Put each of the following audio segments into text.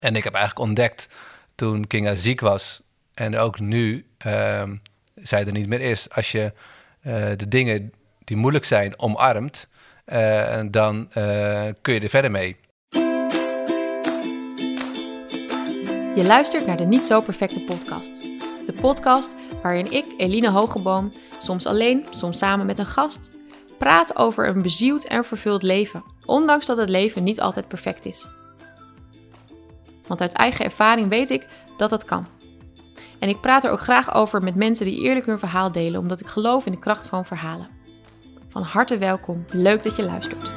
En ik heb eigenlijk ontdekt toen Kinga ziek was en ook nu zij er niet meer is. Als je de dingen die moeilijk zijn omarmt, dan kun je er verder mee. Je luistert naar de Niet Zo Perfecte podcast. De podcast waarin ik, Eline Hogeboom, soms alleen, soms samen met een gast, praat over een bezield en vervuld leven, ondanks dat het leven niet altijd perfect is. Want uit eigen ervaring weet ik dat dat kan. En ik praat er ook graag over met mensen die eerlijk hun verhaal delen, omdat ik geloof in de kracht van verhalen. Van harte welkom, leuk dat je luistert.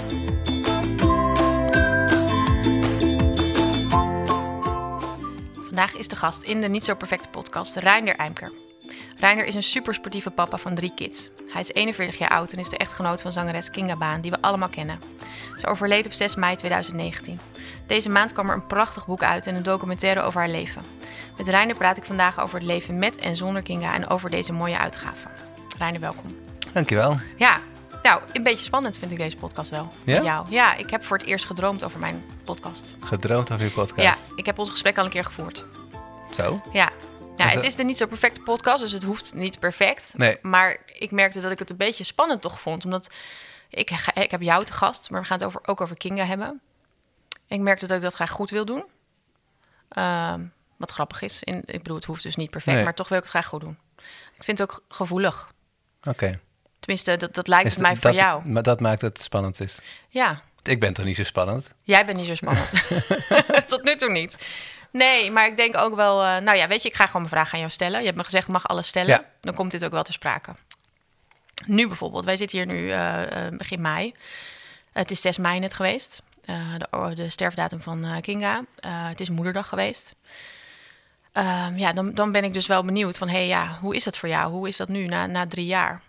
Vandaag is de gast in de Niet Zo Perfecte podcast Reiner Eimker. Reiner is een supersportieve papa van 3 kids. Hij is 41 jaar oud en is de echtgenoot van zangeres Kinga Baan, die we allemaal kennen. Ze overleed op 6 mei 2019. Deze maand kwam er een prachtig boek uit en een documentaire over haar leven. Met Reiner praat ik vandaag over het leven met en zonder Kinga en over deze mooie uitgave. Reiner, welkom. Dankjewel. Ja, nou, een beetje spannend vind ik deze podcast wel. Ja? Met jou. Ja, ik heb voor het eerst gedroomd over mijn podcast. Gedroomd over je podcast? Ja, ik heb ons gesprek al een keer gevoerd. Zo? Ja. Ja, het is de Niet Zo Perfecte podcast, dus het hoeft niet perfect. Nee. Maar ik merkte dat ik het een beetje spannend toch vond. Omdat ik heb jou te gast, maar we gaan het ook over Kinga hebben. Ik merkte dat ik dat graag goed wil doen. Wat grappig is. Ik bedoel, het hoeft dus niet perfect, maar toch wil ik het graag goed doen. Ik vind het ook gevoelig. Oké. Tenminste, dat lijkt het mij voor jou. Maar dat maakt dat het spannend is. Ja. Ik ben toch niet zo spannend? Jij bent niet zo spannend. Tot nu toe niet. Nee, maar ik denk ook wel... nou ja, weet je, ik ga gewoon mijn vraag aan jou stellen. Je hebt me gezegd, mag alles stellen. Ja. Dan komt dit ook wel ter sprake. Nu bijvoorbeeld, wij zitten hier nu begin mei. Het is 6 mei net geweest. De sterfdatum van Kinga. Het is moederdag geweest. Ja, dan ben ik dus wel benieuwd van... hoe is dat voor jou? Hoe is dat nu na 3 jaar?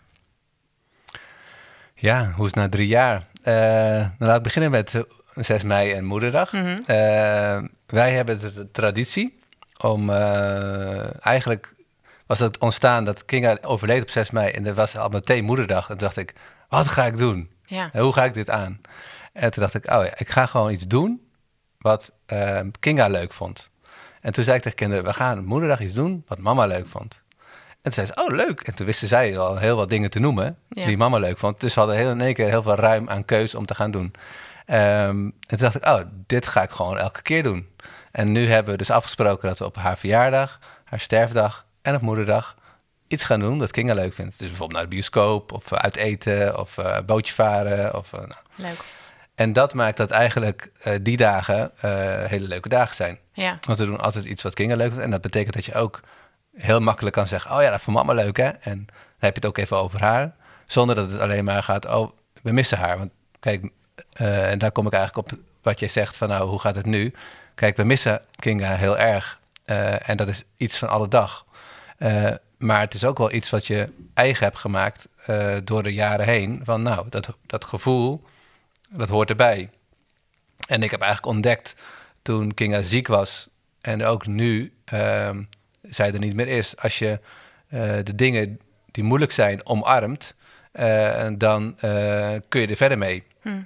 Ja, hoe is het na 3 jaar? Nou, laat ik beginnen met 6 mei en moederdag. Mm-hmm. Wij hebben de traditie om... eigenlijk was het ontstaan dat Kinga overleed op 6 mei... en er was al meteen moederdag. En toen dacht ik, wat ga ik doen? Ja. Hoe ga ik dit aan? En toen dacht ik, ik ga gewoon iets doen wat Kinga leuk vond. En toen zei ik tegen kinderen, we gaan op moederdag iets doen wat mama leuk vond. En toen zei ze, leuk. En toen wisten zij al heel wat dingen te noemen die mama leuk vond. Dus we hadden in één keer heel veel ruim aan keus om te gaan doen. En toen dacht ik, dit ga ik gewoon elke keer doen. En nu hebben we dus afgesproken dat we op haar verjaardag, haar sterfdag en op moederdag iets gaan doen dat Kinga leuk vindt. Dus bijvoorbeeld naar de bioscoop of uit eten of bootje varen. Leuk. En dat maakt dat eigenlijk die dagen hele leuke dagen zijn. Ja. Want we doen altijd iets wat Kinga leuk vindt. En dat betekent dat je ook heel makkelijk kan zeggen... dat vond mama leuk, hè? En dan heb je het ook even over haar. Zonder dat het alleen maar gaat... we missen haar. Want kijk, en daar kom ik eigenlijk op wat jij zegt van... hoe gaat het nu? Kijk, we missen Kinga heel erg. En dat is iets van alle dag. Maar het is ook wel iets wat je eigen hebt gemaakt... door de jaren heen. Van dat gevoel, dat hoort erbij. En ik heb eigenlijk ontdekt toen Kinga ziek was... en ook nu... zij er niet meer is. Als je de dingen die moeilijk zijn omarmt, dan kun je er verder mee.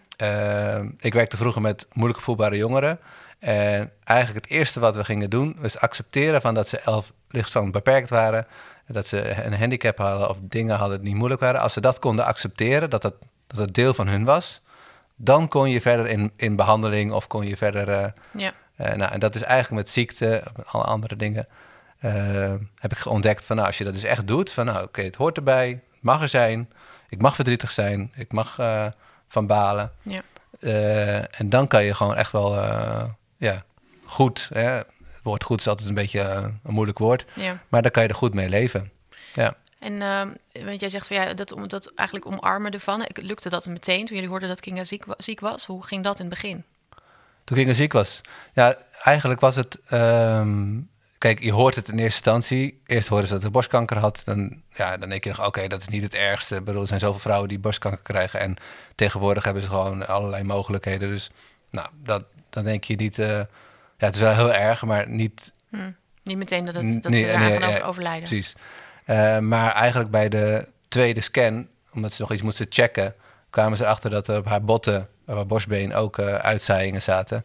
Ik werkte vroeger met moeilijk gevoelbare jongeren. En eigenlijk het eerste wat we gingen doen, was accepteren van dat ze lichtverstandelijk beperkt waren. Dat ze een handicap hadden of dingen hadden die niet moeilijk waren. Als ze dat konden accepteren, dat het deel van hun was, dan kon je verder in behandeling of kon je verder... en dat is eigenlijk met ziekte, met alle andere dingen... heb ik ontdekt van als je dat dus echt doet, van het hoort erbij, het mag er zijn, ik mag verdrietig zijn, ik mag van balen. Ja. En dan kan je gewoon echt wel goed, het woord goed is altijd een beetje een moeilijk woord, maar dan kan je er goed mee leven. Ja. En want jij zegt van dat eigenlijk omarmen ervan, lukte dat meteen toen jullie hoorden dat Kinga ziek was? Hoe ging dat in het begin? Toen Kinga ziek was? Ja, eigenlijk was het... Kijk, je hoort het in eerste instantie. Eerst hoorden ze dat ze borstkanker had. Dan denk je nog, oké, dat is niet het ergste. Ik bedoel, er zijn zoveel vrouwen die borstkanker krijgen. En tegenwoordig hebben ze gewoon allerlei mogelijkheden. Dus dan denk je niet... het is wel heel erg, maar niet... Niet meteen dat ze eraan gaan overlijden. Precies. Maar eigenlijk bij de tweede scan, omdat ze nog iets moesten checken... kwamen ze erachter dat er op haar botten, op haar borstbeen ook uitzaaiingen zaten...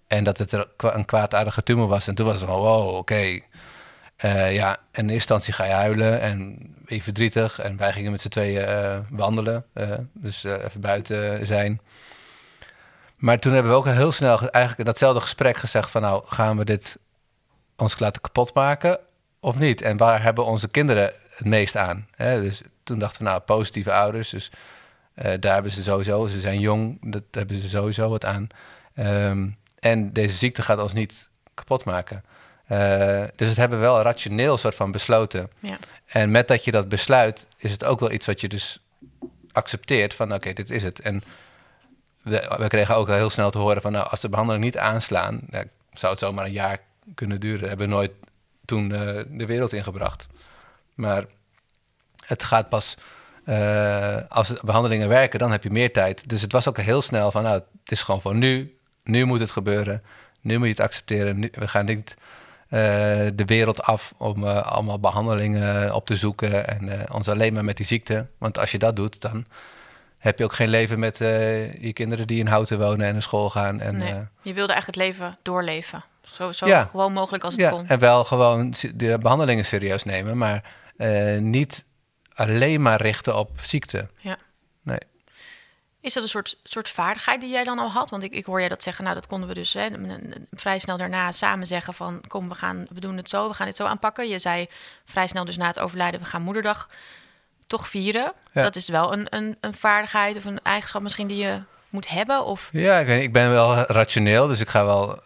En dat het een kwaadaardige tumor was. En toen was het van, wow, oké. Ja, en in eerste instantie ga je huilen en ben je verdrietig. En wij gingen met z'n tweeën wandelen. Dus even buiten zijn. Maar toen hebben we ook heel snel eigenlijk in datzelfde gesprek gezegd van... nou, gaan we dit ons laten kapot maken of niet? En waar hebben onze kinderen het meest aan? Hè? Dus toen dachten we, nou, positieve ouders. Dus daar hebben ze sowieso, ze zijn jong, dat hebben ze sowieso wat aan. En deze ziekte gaat ons niet kapot maken. Dus het hebben we wel rationeel soort van besloten. Ja. En met dat je dat besluit, is het ook wel iets wat je dus accepteert van oké, dit is het. En we kregen ook al heel snel te horen van nou, als de behandeling niet aanslaan, zou het zomaar een jaar kunnen duren. Hebben we nooit toen de wereld ingebracht. Maar het gaat pas, als de behandelingen werken, dan heb je meer tijd. Dus het was ook heel snel van nou, het is gewoon voor nu. Nu moet het gebeuren. Nu moet je het accepteren. We gaan niet de wereld af om allemaal behandelingen op te zoeken en ons alleen maar met die ziekte. Want als je dat doet, dan heb je ook geen leven met je kinderen die in Houten wonen en naar school gaan. En, nee, je wilde eigenlijk het leven doorleven. Zo ja, gewoon mogelijk als het kon. En wel gewoon de behandelingen serieus nemen, maar niet alleen maar richten op ziekte. Ja. Nee. Is dat een soort vaardigheid die jij dan al had? Want ik hoor jij dat zeggen, nou dat konden we dus vrij snel daarna samen zeggen van... kom, we doen het zo, we gaan dit zo aanpakken. Je zei vrij snel dus na het overlijden, we gaan Moederdag toch vieren. Ja. Dat is wel een vaardigheid of een eigenschap misschien die je moet hebben? Of? Ja, ik ben wel rationeel, dus ik ga wel...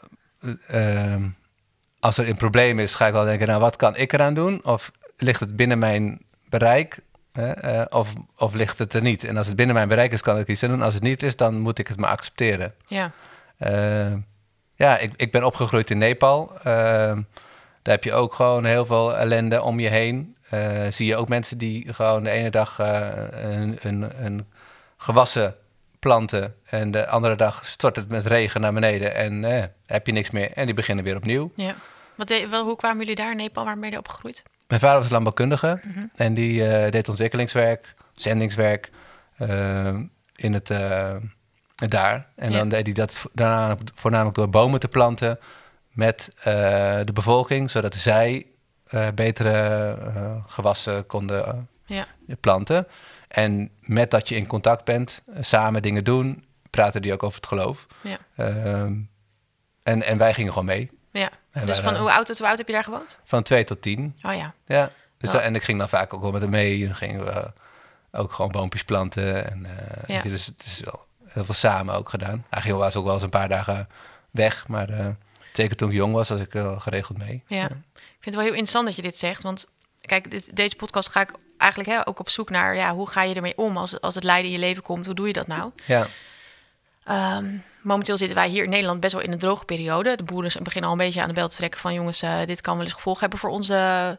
als er een probleem is, ga ik wel denken, nou wat kan ik eraan doen? Of ligt het binnen mijn bereik... of ligt het er niet? En als het binnen mijn bereik is, kan ik iets aan doen. Als het niet is, dan moet ik het maar accepteren. Ja. Ik ben opgegroeid in Nepal. Daar heb je ook gewoon heel veel ellende om je heen. Zie je ook mensen die gewoon de ene dag een gewassen planten... en de andere dag stort het met regen naar beneden... en heb je niks meer. En die beginnen weer opnieuw. Ja. Hoe kwamen jullie daar in Nepal? Waar ben je opgegroeid? Mijn vader was landbouwkundige en die deed ontwikkelingswerk, zendingswerk in het daar. En dan deed hij dat daarna voornamelijk door bomen te planten met de bevolking, zodat zij betere gewassen konden planten. En met dat je in contact bent, samen dingen doen, praten die ook over het geloof. Ja. En wij gingen gewoon mee. Ja. Dus van hoe oud tot hoe oud heb je daar gewoond? Van 2 tot 10. Oh ja. Ja. Dus en ik ging dan vaak ook wel met hem mee. Dan gingen we ook gewoon boompjes planten. En, dus het is wel heel veel samen ook gedaan. Eigenlijk was ook wel eens een paar dagen weg. Maar zeker toen ik jong was ik geregeld mee. Ja. Ik vind het wel heel interessant dat je dit zegt. Want kijk, deze podcast ga ik eigenlijk ook op zoek naar... hoe ga je ermee om als het lijden in je leven komt? Hoe doe je dat nou? Ja. Momenteel zitten wij hier in Nederland best wel in een droge periode. De boeren beginnen al een beetje aan de bel te trekken van... jongens, dit kan wel eens gevolg hebben voor onze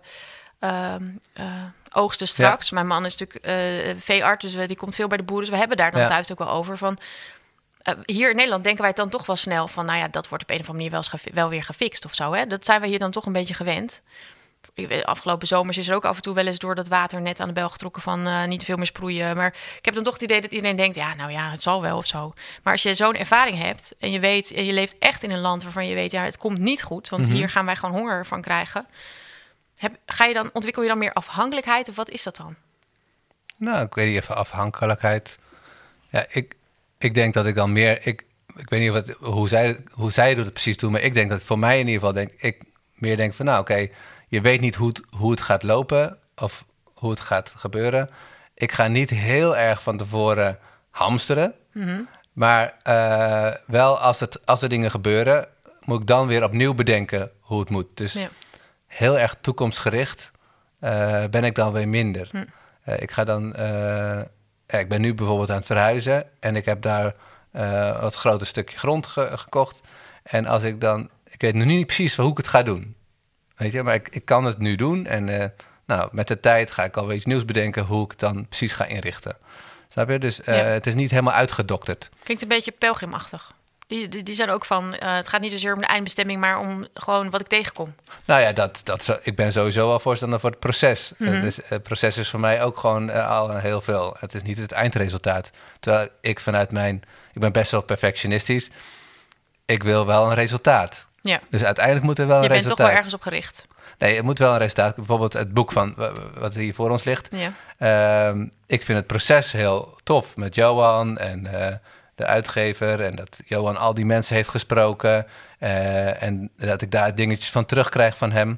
oogsten straks. Ja. Mijn man is natuurlijk veearts, dus die komt veel bij de boeren. Dus we hebben daar dan thuis ook wel over van... hier in Nederland denken wij het dan toch wel snel van... nou ja, dat wordt op een of andere manier wel weer gefixt of zo. Hè? Dat zijn we hier dan toch een beetje gewend. Afgelopen zomers is er ook af en toe wel eens door dat water net aan de bel getrokken van niet te veel meer sproeien. Maar ik heb dan toch het idee dat iedereen denkt, het zal wel of zo. Maar als je zo'n ervaring hebt en je weet, en je leeft echt in een land waarvan je weet, het komt niet goed. Want hier gaan wij gewoon honger van krijgen. Ontwikkel je dan meer afhankelijkheid of wat is dat dan? Nou, ik weet niet even afhankelijkheid. Ja, ik denk dat ik dan meer, ik weet niet hoe zij het precies doen, maar ik denk dat voor mij in ieder geval ik meer denk van oké, je weet niet hoe het gaat lopen of hoe het gaat gebeuren. Ik ga niet heel erg van tevoren hamsteren. Mm-hmm. Maar wel als er dingen gebeuren, moet ik dan weer opnieuw bedenken hoe het moet. Dus heel erg toekomstgericht ben ik dan weer minder. Ik ga dan... ik ben nu bijvoorbeeld aan het verhuizen en ik heb daar wat groter stukje grond gekocht. En als ik dan... Ik weet nog niet precies hoe ik het ga doen. Weet je, maar ik kan het nu doen. En met de tijd ga ik alweer iets nieuws bedenken hoe ik het dan precies ga inrichten. Snap je? Dus het is niet helemaal uitgedokterd. Klinkt een beetje pelgrimachtig. Die zijn ook van, het gaat niet zozeer om de eindbestemming, maar om gewoon wat ik tegenkom. Nou ja, ik ben sowieso wel voorstander voor het proces. Mm-hmm. Dus het proces is voor mij ook gewoon al heel veel. Het is niet het eindresultaat. Terwijl ik ik ben best wel perfectionistisch. ik wil wel een resultaat. Ja. Dus uiteindelijk moet er wel een resultaat. Je bent toch wel ergens op gericht. Nee, het moet wel een resultaat. Bijvoorbeeld het boek van wat hier voor ons ligt. Ja. Ik vind het proces heel tof met Johan en de uitgever. En dat Johan al die mensen heeft gesproken. En dat ik daar dingetjes van terugkrijg van hem.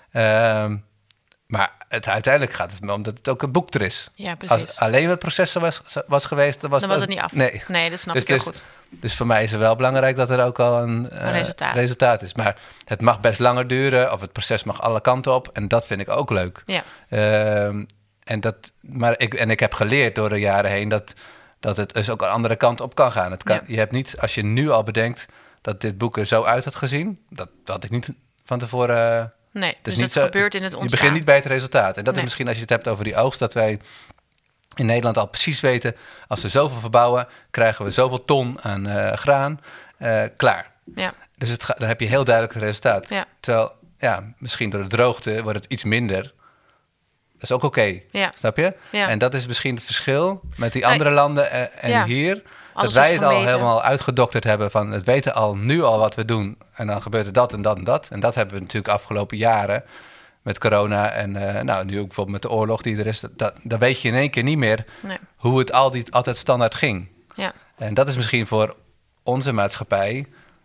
Maar uiteindelijk gaat het me om dat het ook een boek er is. Ja, precies. Als alleen het proces was geweest, dan was het niet af. Nee, dat snap ik heel goed. Dus voor mij is het wel belangrijk dat er ook al een resultaat is. Maar het mag best langer duren of het proces mag alle kanten op. En dat vind ik ook leuk. Ja. Ik heb geleerd door de jaren heen dat het dus ook een andere kant op kan gaan. Je hebt niet, als je nu al bedenkt dat dit boek er zo uit had gezien, dat had ik niet van tevoren. Nee, dus het gebeurt in het ontstaan. Je begint niet bij het resultaat. En dat is misschien als je het hebt over die oogst, dat wij in Nederland al precies weten, als we zoveel verbouwen, krijgen we zoveel ton aan graan. Klaar. Ja. Dus dan heb je heel duidelijk het resultaat. Ja. Terwijl, misschien door de droogte wordt het iets minder. Dat is ook oké. Ja. Snap je? Ja. En dat is misschien het verschil met die andere landen en hier. Alles dat wij het al gemeten. helemaal uitgedokterd hebben van het weten nu al wat we doen. En dan gebeurt er dat en dat en dat. En dat hebben we natuurlijk afgelopen jaren met corona en nu ook bijvoorbeeld met de oorlog die er is. Dan weet je in één keer niet meer hoe het altijd standaard ging. Ja. En dat is misschien voor onze maatschappij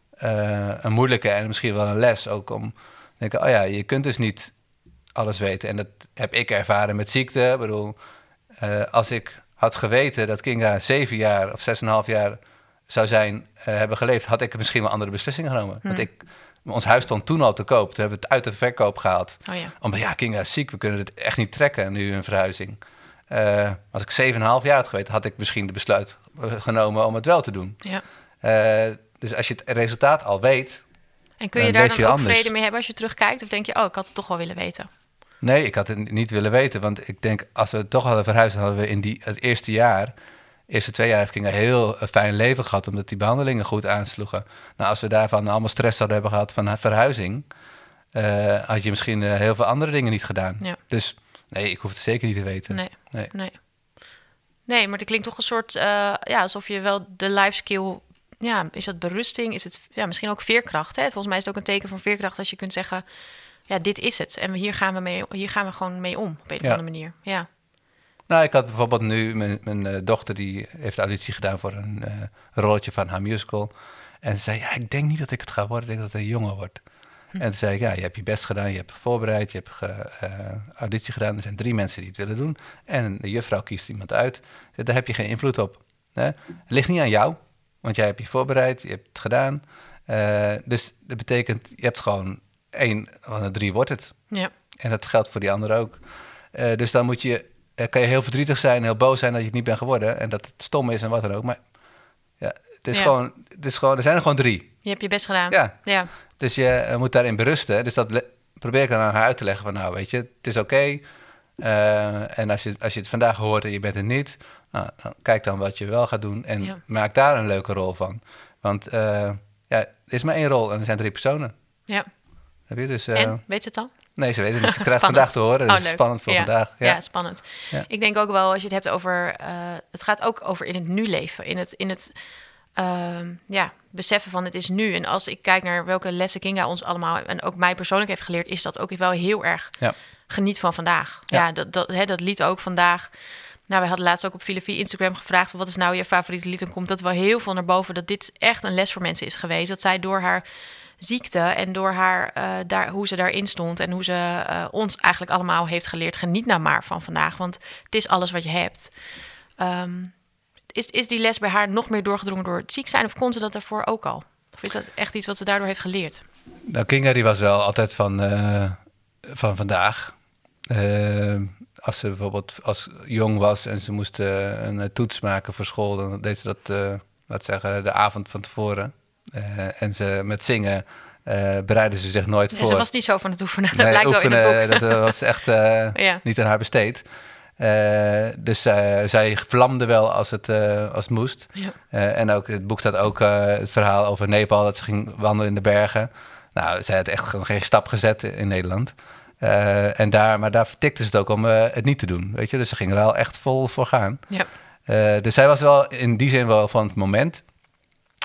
een moeilijke en misschien wel een les ook om te denken, je kunt dus niet alles weten. En dat heb ik ervaren met ziekte. Ik bedoel, als ik had geweten dat Kinga 7 jaar of 6,5 jaar zou hebben geleefd, had ik misschien wel andere beslissingen genomen. Want ons huis stond toen al te koop. Toen hebben we het uit de verkoop gehaald. Oh ja. Omdat Kinga is ziek, we kunnen het echt niet trekken nu een verhuizing. Als ik 7,5 jaar had geweten, had ik misschien de besluit genomen om het wel te doen. Ja. Dus als je het resultaat al weet. En kun je daar dan ook vrede mee hebben als je terugkijkt? Of denk je, ik had het toch wel willen weten? Nee, ik had het niet willen weten. Want ik denk, als we het toch hadden verhuisd, hadden we in het eerste 2 jaar heeft Kinga een heel fijn leven gehad, omdat die behandelingen goed aansloegen. Nou, als we daarvan allemaal stress hadden hebben gehad van verhuizing, had je misschien heel veel andere dingen niet gedaan. Ja. Dus nee, ik hoef het zeker niet te weten. Nee, maar het klinkt toch een soort, alsof je wel de life skill, is dat berusting? Is het misschien ook veerkracht? Hè? Volgens mij is het ook een teken van veerkracht als je kunt zeggen, dit is het. En hier gaan we gewoon mee om, op een of andere manier. Ja. Nou, ik had bijvoorbeeld nu, mijn dochter die heeft auditie gedaan voor een rolletje van haar musical. En ze zei, ik denk niet dat ik het ga worden, ik denk dat het een jongen wordt. En toen zei ik, je hebt je best gedaan, je hebt voorbereid, je hebt auditie gedaan. Er zijn 3 mensen die het willen doen. En de juffrouw kiest iemand uit. Daar heb je geen invloed op. Hè? Het ligt niet aan jou, want jij hebt je voorbereid, je hebt het gedaan. Dus dat betekent, je hebt gewoon 1 van de 3 wordt het. Ja. En dat geldt voor die andere ook. Dus dan kan je heel verdrietig zijn, heel boos zijn dat je het niet bent geworden. En dat het stom is en wat dan ook. Maar het is gewoon, er zijn er gewoon 3. Je hebt je best gedaan. Ja. Dus je moet daarin berusten. Dus dat probeer ik dan aan haar uit te leggen van, weet je, het is oké. En als je het vandaag hoort en je bent het niet, dan kijk dan wat je wel gaat doen en maak daar een leuke rol van. Want er is maar 1 rol en er zijn 3 personen. Ja. Heb je dus, en, weet ze het dan? Nee, ze weten het niet. Ze krijgen vandaag te horen. Dus spannend voor vandaag. Ja, spannend. Ja. Ik denk ook wel, als je het hebt over, het gaat ook over in het nu leven. In het beseffen van het is nu. En als ik kijk naar welke lessen Kinga ons allemaal en ook mij persoonlijk heeft geleerd, is dat ook wel heel erg geniet van vandaag. Ja, dat lied ook vandaag. Nou, wij hadden laatst ook op Filofie Instagram gevraagd, wat is nou je favoriete lied? En komt dat wel heel veel naar boven, dat dit echt een les voor mensen is geweest. Dat zij door haar ziekte en door haar hoe ze daarin stond en hoe ze ons eigenlijk allemaal heeft geleerd, geniet nou maar van vandaag, want het is alles wat je hebt. Is die les bij haar nog meer doorgedrongen door het ziek zijn, of kon ze dat daarvoor ook al? Of is dat echt iets wat ze daardoor heeft geleerd? Nou, Kinga die was wel altijd van vandaag. Als ze bijvoorbeeld als jong was en ze moest een toets maken voor school, dan deed ze dat, de avond van tevoren. En ze met zingen bereidde ze zich nooit voor. Ze was niet zo van het oefenen. Dat blijkt oefenen, wel in het boek. Dat was echt niet aan haar besteed. Dus zij vlamde wel als het moest. Ja. En ook het boek staat ook het verhaal over Nepal, dat ze ging wandelen in de bergen. Nou, zij had echt gewoon geen stap gezet in Nederland. Maar daar vertikte ze het ook om het niet te doen. Weet je? Dus ze gingen wel echt vol voor gaan. Ja. Dus zij was wel in die zin wel van het moment.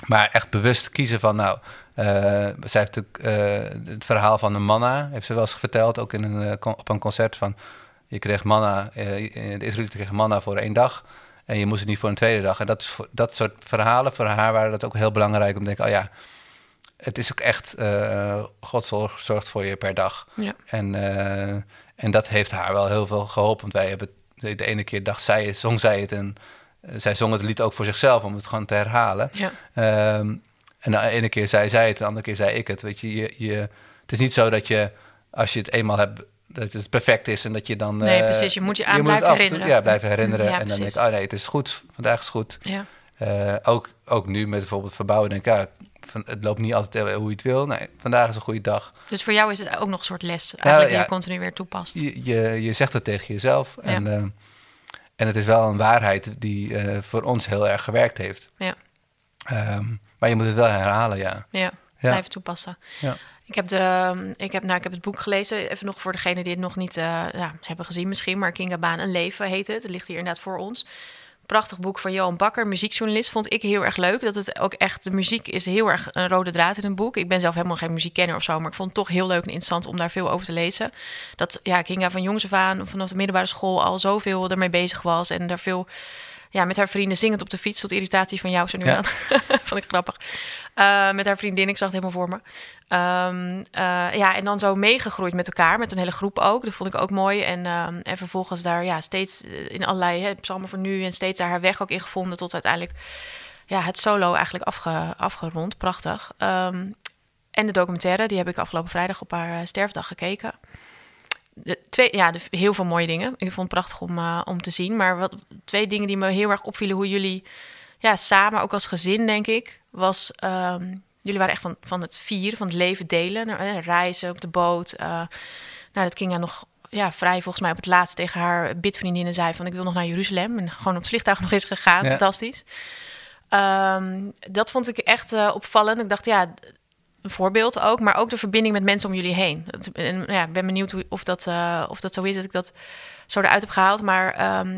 Maar echt bewust kiezen van, zij heeft natuurlijk het verhaal van de manna, heeft ze wel eens verteld, ook op een concert van, je kreeg manna, de Israëlieten kregen manna voor 1 dag en je moest het niet voor een tweede dag. En dat soort verhalen, voor haar waren dat ook heel belangrijk om te denken, het is ook echt, God zorgt voor je per dag. Ja. En dat heeft haar wel heel veel geholpen, want wij hebben de ene keer zong zij het en zij zong het lied ook voor zichzelf om het gewoon te herhalen. Ja. En de ene keer zei zij het, de andere keer zei ik het. Weet je, het is niet zo dat je, als je het eenmaal hebt, dat het perfect is en dat je dan... Nee, precies. Je moet je aan blijven herinneren. Blijven herinneren. Ja, en dan denk ik, nee, het is goed. Vandaag is het goed. Ja. Ook nu met bijvoorbeeld verbouwen, denk ik, het loopt niet altijd hoe je het wil. Nee, vandaag is een goede dag. Dus voor jou is het ook nog een soort les die je continu weer toepast. Je zegt het tegen jezelf. Ja. En het is wel een waarheid die voor ons heel erg gewerkt heeft. Ja. Maar je moet het wel herhalen, ja. Ja, blijven toepassen. Ja. Ik heb het boek gelezen. Even nog voor degenen die het nog niet hebben gezien misschien. Maar Kinga Baan, Een leven heet het. Het ligt hier inderdaad voor ons. Prachtig boek van Johan Bakker, muziekjournalist. Vond ik heel erg leuk. Dat het ook echt, de muziek is heel erg een rode draad in een boek. Ik ben zelf helemaal geen muziekkenner of zo, maar ik vond het toch heel leuk en interessant om daar veel over te lezen. Dat Kinga van jongs af aan, vanaf de middelbare school, al zoveel ermee bezig was. En daar veel met haar vrienden zingend op de fiets, tot irritatie van jou zo nu aan. Vond ik grappig. Met haar vriendin, ik zag het helemaal voor me. En dan zo meegegroeid met elkaar, met een hele groep ook. Dat vond ik ook mooi. En vervolgens daar steeds in allerlei psalmen voor nu en steeds daar haar weg ook in gevonden tot uiteindelijk het solo eigenlijk afgerond. Prachtig. En de documentaire, die heb ik afgelopen vrijdag op haar sterfdag gekeken. Heel veel mooie dingen. Ik vond het prachtig om te zien. Maar 2 dingen die me heel erg opvielen, hoe jullie samen, ook als gezin, denk ik, was... jullie waren echt van het vieren, van het leven delen. Reizen op de boot. Dat Kinga nog vrij volgens mij op het laatst tegen haar bidvriendinnen zei van ik wil nog naar Jeruzalem. En gewoon op het vliegtuig nog eens gegaan. Ja. Fantastisch. Dat vond ik echt opvallend. Ik dacht, een voorbeeld ook, maar ook de verbinding met mensen om jullie heen. Ik ben benieuwd of dat zo is, dat ik dat zo eruit heb gehaald. Maar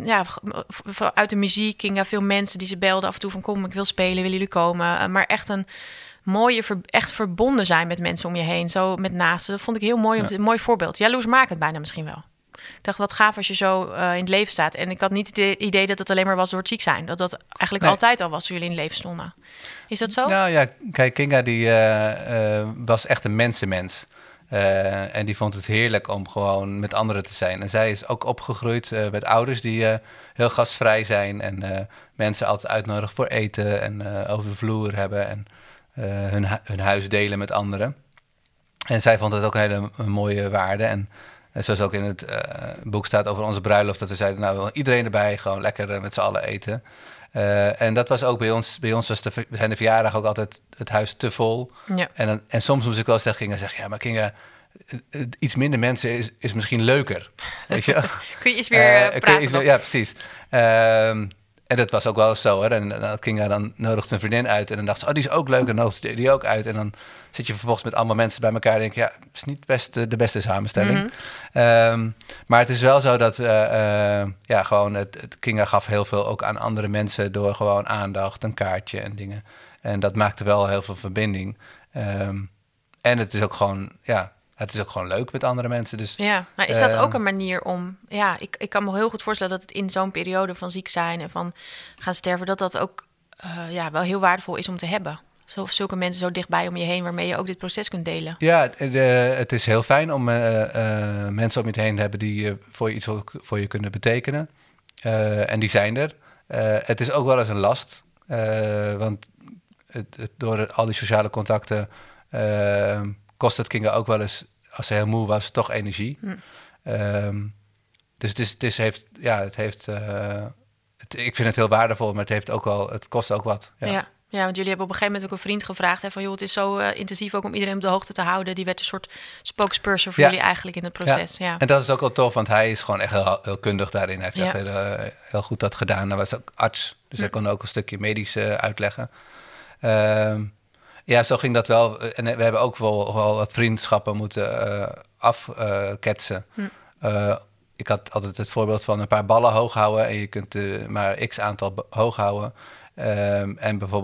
uit de muziek, Kinga, veel mensen die ze belden af en toe van kom, ik wil spelen, willen jullie komen? Maar echt een mooie, echt verbonden zijn met mensen om je heen. Zo met naasten. Dat vond ik heel mooi. Een mooi voorbeeld. Jaloersmakend bijna misschien wel. Ik dacht, wat gaaf als je zo in het leven staat. En ik had niet het idee dat het alleen maar was door het ziek zijn. Dat eigenlijk altijd al was toen jullie in het leven stonden. Is dat zo? Nou ja, kijk, Kinga die was echt een mensenmens. En die vond het heerlijk om gewoon met anderen te zijn. En zij is ook opgegroeid met ouders die heel gastvrij zijn. En mensen altijd uitnodigen voor eten en over de vloer hebben. En hun huis delen met anderen. En zij vond het ook een hele mooie waarde. En zoals ook in het boek staat over onze bruiloft, dat we zeiden, nou, we willen iedereen erbij, gewoon lekker met z'n allen eten. En dat was ook bij ons. Bij ons zijn de verjaardag ook altijd het huis te vol. Ja. En soms moest ik wel zeggen, ja, maar Kinga, iets minder mensen is misschien leuker. Weet je? Kun je iets meer praten? Ja, precies. En dat was ook wel zo. Hè? En dan Kinga dan nodigt een vriendin uit en dan dacht ze, die is ook leuk en nodigt die ook uit. En dan zit je vervolgens met allemaal mensen bij elkaar en denk je, het is niet de beste samenstelling. Mm-hmm. Maar het is wel zo dat gewoon het Kinga gaf heel veel ook aan andere mensen door gewoon aandacht, een kaartje en dingen. En dat maakte wel heel veel verbinding. En het is ook gewoon, het is ook gewoon leuk met andere mensen. Dus, maar is dat ook een manier om... Ja, ik kan me heel goed voorstellen dat het in zo'n periode van ziek zijn en van gaan sterven, dat ook wel heel waardevol is om te hebben. Zulke mensen zo dichtbij om je heen, waarmee je ook dit proces kunt delen. Ja, het is heel fijn om mensen om je heen te hebben die voor je iets voor je kunnen betekenen. En die zijn er. Het is ook wel eens een last. Want door al die sociale contacten kost het Kinga ook wel eens, als ze heel moe was, toch energie. Dus ik vind het heel waardevol, maar het kost ook wat. Ja, want jullie hebben op een gegeven moment ook een vriend gevraagd, hè, van joh, het is zo intensief ook om iedereen op de hoogte te houden. Die werd een soort spokesperson voor jullie eigenlijk in het proces. Ja. En dat is ook wel tof, want hij is gewoon echt heel kundig daarin. Hij heeft echt heel goed dat gedaan. Hij was ook arts, dus hij kon ook een stukje medisch uitleggen. Zo ging dat wel. En we hebben ook wel wat vriendschappen moeten afketsen. Ik had altijd het voorbeeld van een paar ballen hoog houden en je kunt maar x aantal hoog houden. En bijvoorbeeld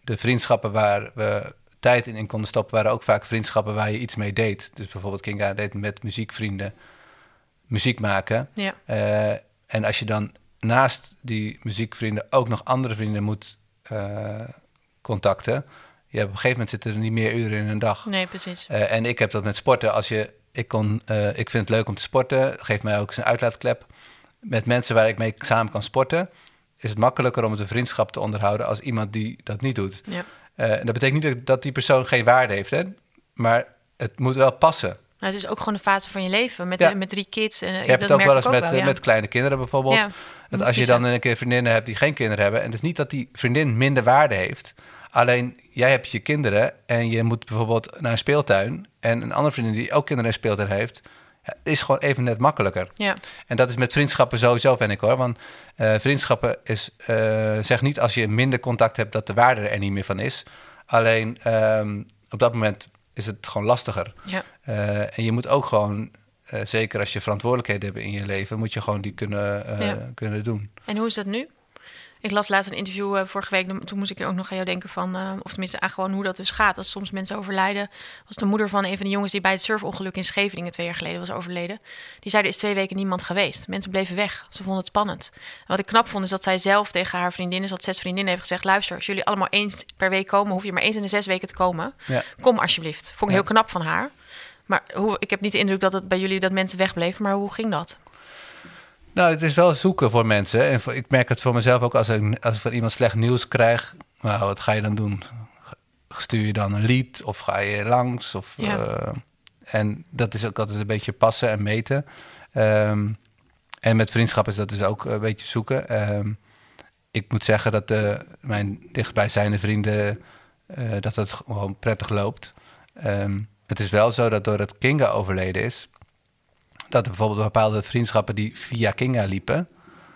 de vriendschappen waar we tijd in konden stoppen, waren ook vaak vriendschappen waar je iets mee deed. Dus bijvoorbeeld Kinga deed met muziekvrienden muziek maken. Ja. En als je dan naast die muziekvrienden ook nog andere vrienden moet contacten, op een gegeven moment zitten er niet meer uren in een dag. Nee, precies. En ik heb dat met sporten. Ik vind het leuk om te sporten. Geeft mij ook eens een uitlaatklep. Met mensen waar ik mee samen kan sporten, is het makkelijker om het een vriendschap te onderhouden als iemand die dat niet doet. Ja. Dat betekent niet dat die persoon geen waarde heeft, hè? Maar het moet wel passen. Nou, het is ook gewoon een fase van je leven met 3 kids. En, je hebt het ook wel eens met kleine kinderen bijvoorbeeld. Ja, dat als je dan een keer vriendinnen hebt die geen kinderen hebben, en het is niet dat die vriendin minder waarde heeft, alleen jij hebt je kinderen en je moet bijvoorbeeld naar een speeltuin en een andere vriendin die ook kinderen in een speeltuin heeft, is gewoon even net makkelijker. Ja. En dat is met vriendschappen sowieso, vind ik hoor. Want vriendschappen zeg niet als je minder contact hebt dat de waarde er niet meer van is. Alleen op dat moment is het gewoon lastiger. Ja. En je moet ook gewoon, zeker als je verantwoordelijkheden hebt in je leven, moet je gewoon die kunnen doen. En hoe is dat nu? Ik las laatst een interview vorige week. Toen moest ik er ook nog aan jou denken van, of tenminste aan gewoon hoe dat dus gaat. Als soms mensen overlijden. Was de moeder van een van de jongens die bij het surfongeluk in Scheveningen 2 jaar geleden was overleden. Die zei, er is 2 weken niemand geweest. Mensen bleven weg. Ze vonden het spannend. En wat ik knap vond is dat zij zelf tegen haar vriendinnen, ze had 6 vriendinnen, heeft gezegd, luister, als jullie allemaal eens per week komen, hoef je maar eens in de 6 weken te komen. Ja. Kom alsjeblieft. Vond ik heel knap van haar. Maar ik heb niet de indruk dat het bij jullie dat mensen wegbleven. Maar hoe ging dat? Nou, het is wel zoeken voor mensen. En ik merk het voor mezelf ook als ik van iemand slecht nieuws krijg. Nou, wat ga je dan doen? Stuur je dan een lied of ga je langs? En dat is ook altijd een beetje passen en meten. En met vriendschap is dat dus ook een beetje zoeken. Ik moet zeggen dat mijn dichtstbijzijnde vrienden, dat het gewoon prettig loopt. Het is wel zo dat doordat Kinga overleden is, dat er bijvoorbeeld bepaalde vriendschappen die via Kinga liepen,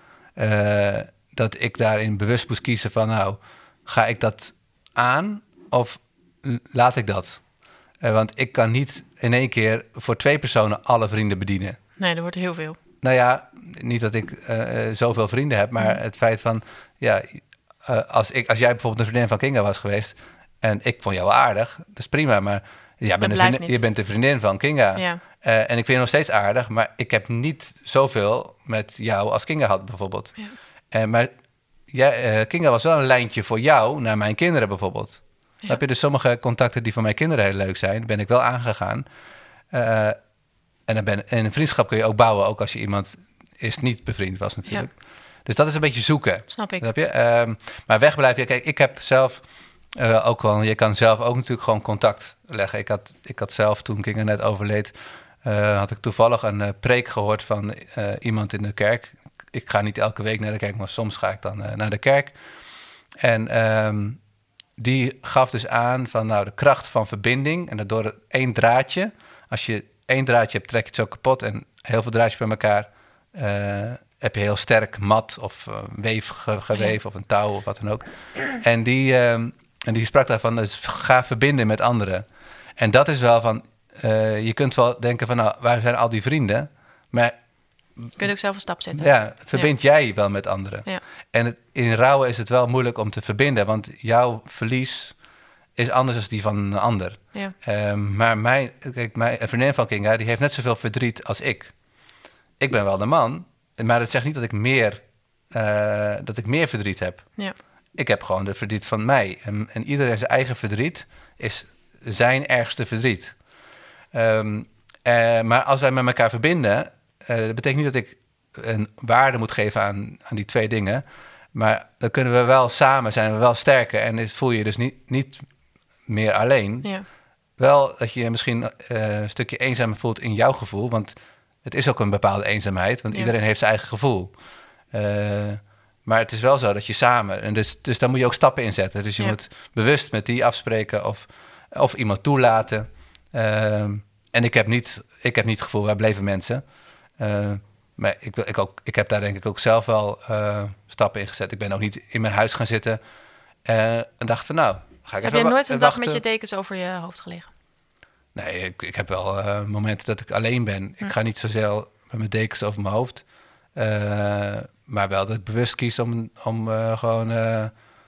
dat ik daarin bewust moest kiezen van, nou, ga ik dat aan of laat ik dat? Want ik kan niet in één keer voor 2 personen alle vrienden bedienen. Nee, er wordt heel veel. Nou ja, niet dat ik zoveel vrienden heb, maar het feit van, ja, als jij bijvoorbeeld een vriendin van Kinga was geweest en ik vond jou wel aardig, dat is prima, maar je bent de vriendin van Kinga. Ja. En ik vind je nog steeds aardig, maar ik heb niet zoveel met jou als Kinga had bijvoorbeeld. Ja. Maar Kinga was wel een lijntje voor jou naar mijn kinderen bijvoorbeeld. Ja. Heb je dus sommige contacten die voor mijn kinderen heel leuk zijn, ben ik wel aangegaan. En een vriendschap kun je ook bouwen, ook als je iemand eerst niet bevriend was natuurlijk. Ja. Dus dat is een beetje zoeken. Snap ik. Snap je? Maar wegblijven, kijk, ik heb zelf ook wel, je kan zelf ook natuurlijk gewoon contact leggen. Ik had zelf, toen Kinga net overleed, had ik toevallig een preek gehoord van iemand in de kerk. Ik ga niet elke week naar de kerk, maar soms ga ik dan naar de kerk. En die gaf dus aan van, nou, de kracht van verbinding. En dat door 1 draadje, als je 1 draadje hebt, trek je het zo kapot. En heel veel draadjes bij elkaar heb je heel sterk mat of geweef of een touw of wat dan ook. En die sprak daarvan, dus ga verbinden met anderen. En dat is wel van, je kunt wel denken van, nou, waar zijn al die vrienden? Maar je kunt ook zelf een stap zetten. Ja, verbind jij wel met anderen. Ja. En in rouwen is het wel moeilijk om te verbinden, want jouw verlies is anders dan die van een ander. Ja. Maar mijn vriendin van Kinga, die heeft net zoveel verdriet als ik. Ik ben wel de man, maar dat zegt niet dat ik meer verdriet heb. Ja. Ik heb gewoon de verdriet van mij. En iedereen zijn eigen verdriet is zijn ergste verdriet. Maar als wij met elkaar verbinden, dat betekent niet dat ik een waarde moet geven aan die 2 dingen. Maar dan kunnen we wel samen zijn, we wel sterker. En dan voel je dus niet meer alleen. Ja. Wel dat je misschien een stukje eenzaam voelt in jouw gevoel. Want het is ook een bepaalde eenzaamheid. Want iedereen heeft zijn eigen gevoel. Maar het is wel zo dat je samen... En dus daar moet je ook stappen in zetten. Dus je moet bewust met die afspreken of iemand toelaten. En ik heb niet het gevoel, wij bleven mensen. Maar ik heb daar denk ik ook zelf wel stappen in gezet. Ik ben ook niet in mijn huis gaan zitten en dacht van, nou, ga ik heb even je nooit een dag met je dekens over je hoofd gelegen? Nee, ik heb wel momenten dat ik alleen ben. Ik ga niet zozeer met mijn dekens over mijn hoofd. Maar wel dat ik bewust kies om gewoon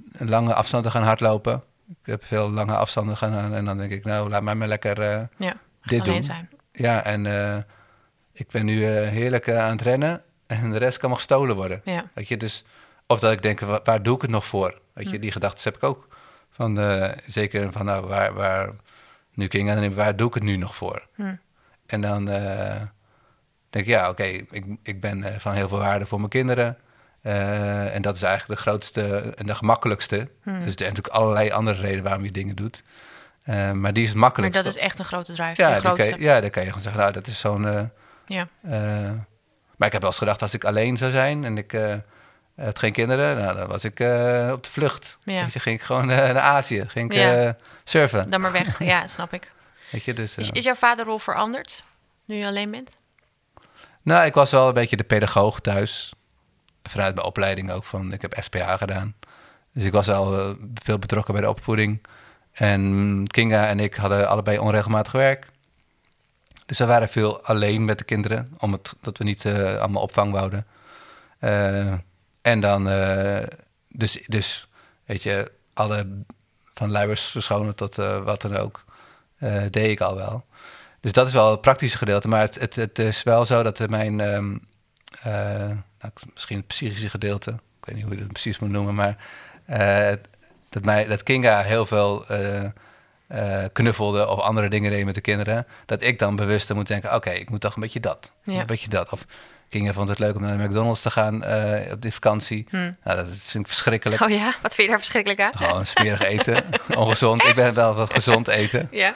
lange afstanden gaan hardlopen. Ik heb veel lange afstanden gedaan. En dan denk ik, nou, laat mij maar lekker dit doen. Zijn. Ja, en ik ben nu heerlijk aan het rennen. En de rest kan nog gestolen worden. Ja. Weet je, dus... Of dat ik denk, waar doe ik het nog voor? Weet je, die gedachten heb ik ook. Zeker van, nou, waar nu Kinga, dan waar doe ik het nu nog voor? En dan denk ik, ja, oké, ik ben van heel veel waarde voor mijn kinderen. En dat is eigenlijk de grootste en de gemakkelijkste. Dus er zijn natuurlijk allerlei andere redenen waarom je dingen doet. Maar die is het makkelijkste. Maar dat is echt een grote drive. Ja, dan kan je gewoon zeggen, nou, dat is zo'n... maar ik heb wel eens gedacht, als ik alleen zou zijn en ik... had geen kinderen, nou, dan was ik op de vlucht. Ja. Dus ging ik gewoon naar Azië, ging ik surfen. Dan maar weg, ja, snap ik. Weet je, dus, is jouw vaderrol veranderd, nu je alleen bent? Nou, ik was wel een beetje de pedagoog thuis. Vanuit mijn opleiding ook, ik heb SPA gedaan. Dus ik was al veel betrokken bij de opvoeding. En Kinga en ik hadden allebei onregelmatig werk. Dus we waren veel alleen met de kinderen, omdat we niet allemaal opvang wouden. En dan, dus weet je, alle van luiers verschonen tot wat dan ook, deed ik al wel. Dus dat is wel het praktische gedeelte. Maar het is wel zo dat mijn, misschien het psychische gedeelte, ik weet niet hoe je dat precies moet noemen, maar dat Kinga heel veel knuffelde of andere dingen deed met de kinderen, dat ik dan bewust moet denken, oké, ik moet toch een beetje dat, een beetje dat. Of Kinga vond het leuk om naar de McDonald's te gaan op die vakantie. Nou, dat vind ik verschrikkelijk. Oh ja? Wat vind je daar verschrikkelijk aan? Gewoon smerig eten, ongezond. Echt? Ik ben wel wat gezond eten. Ja.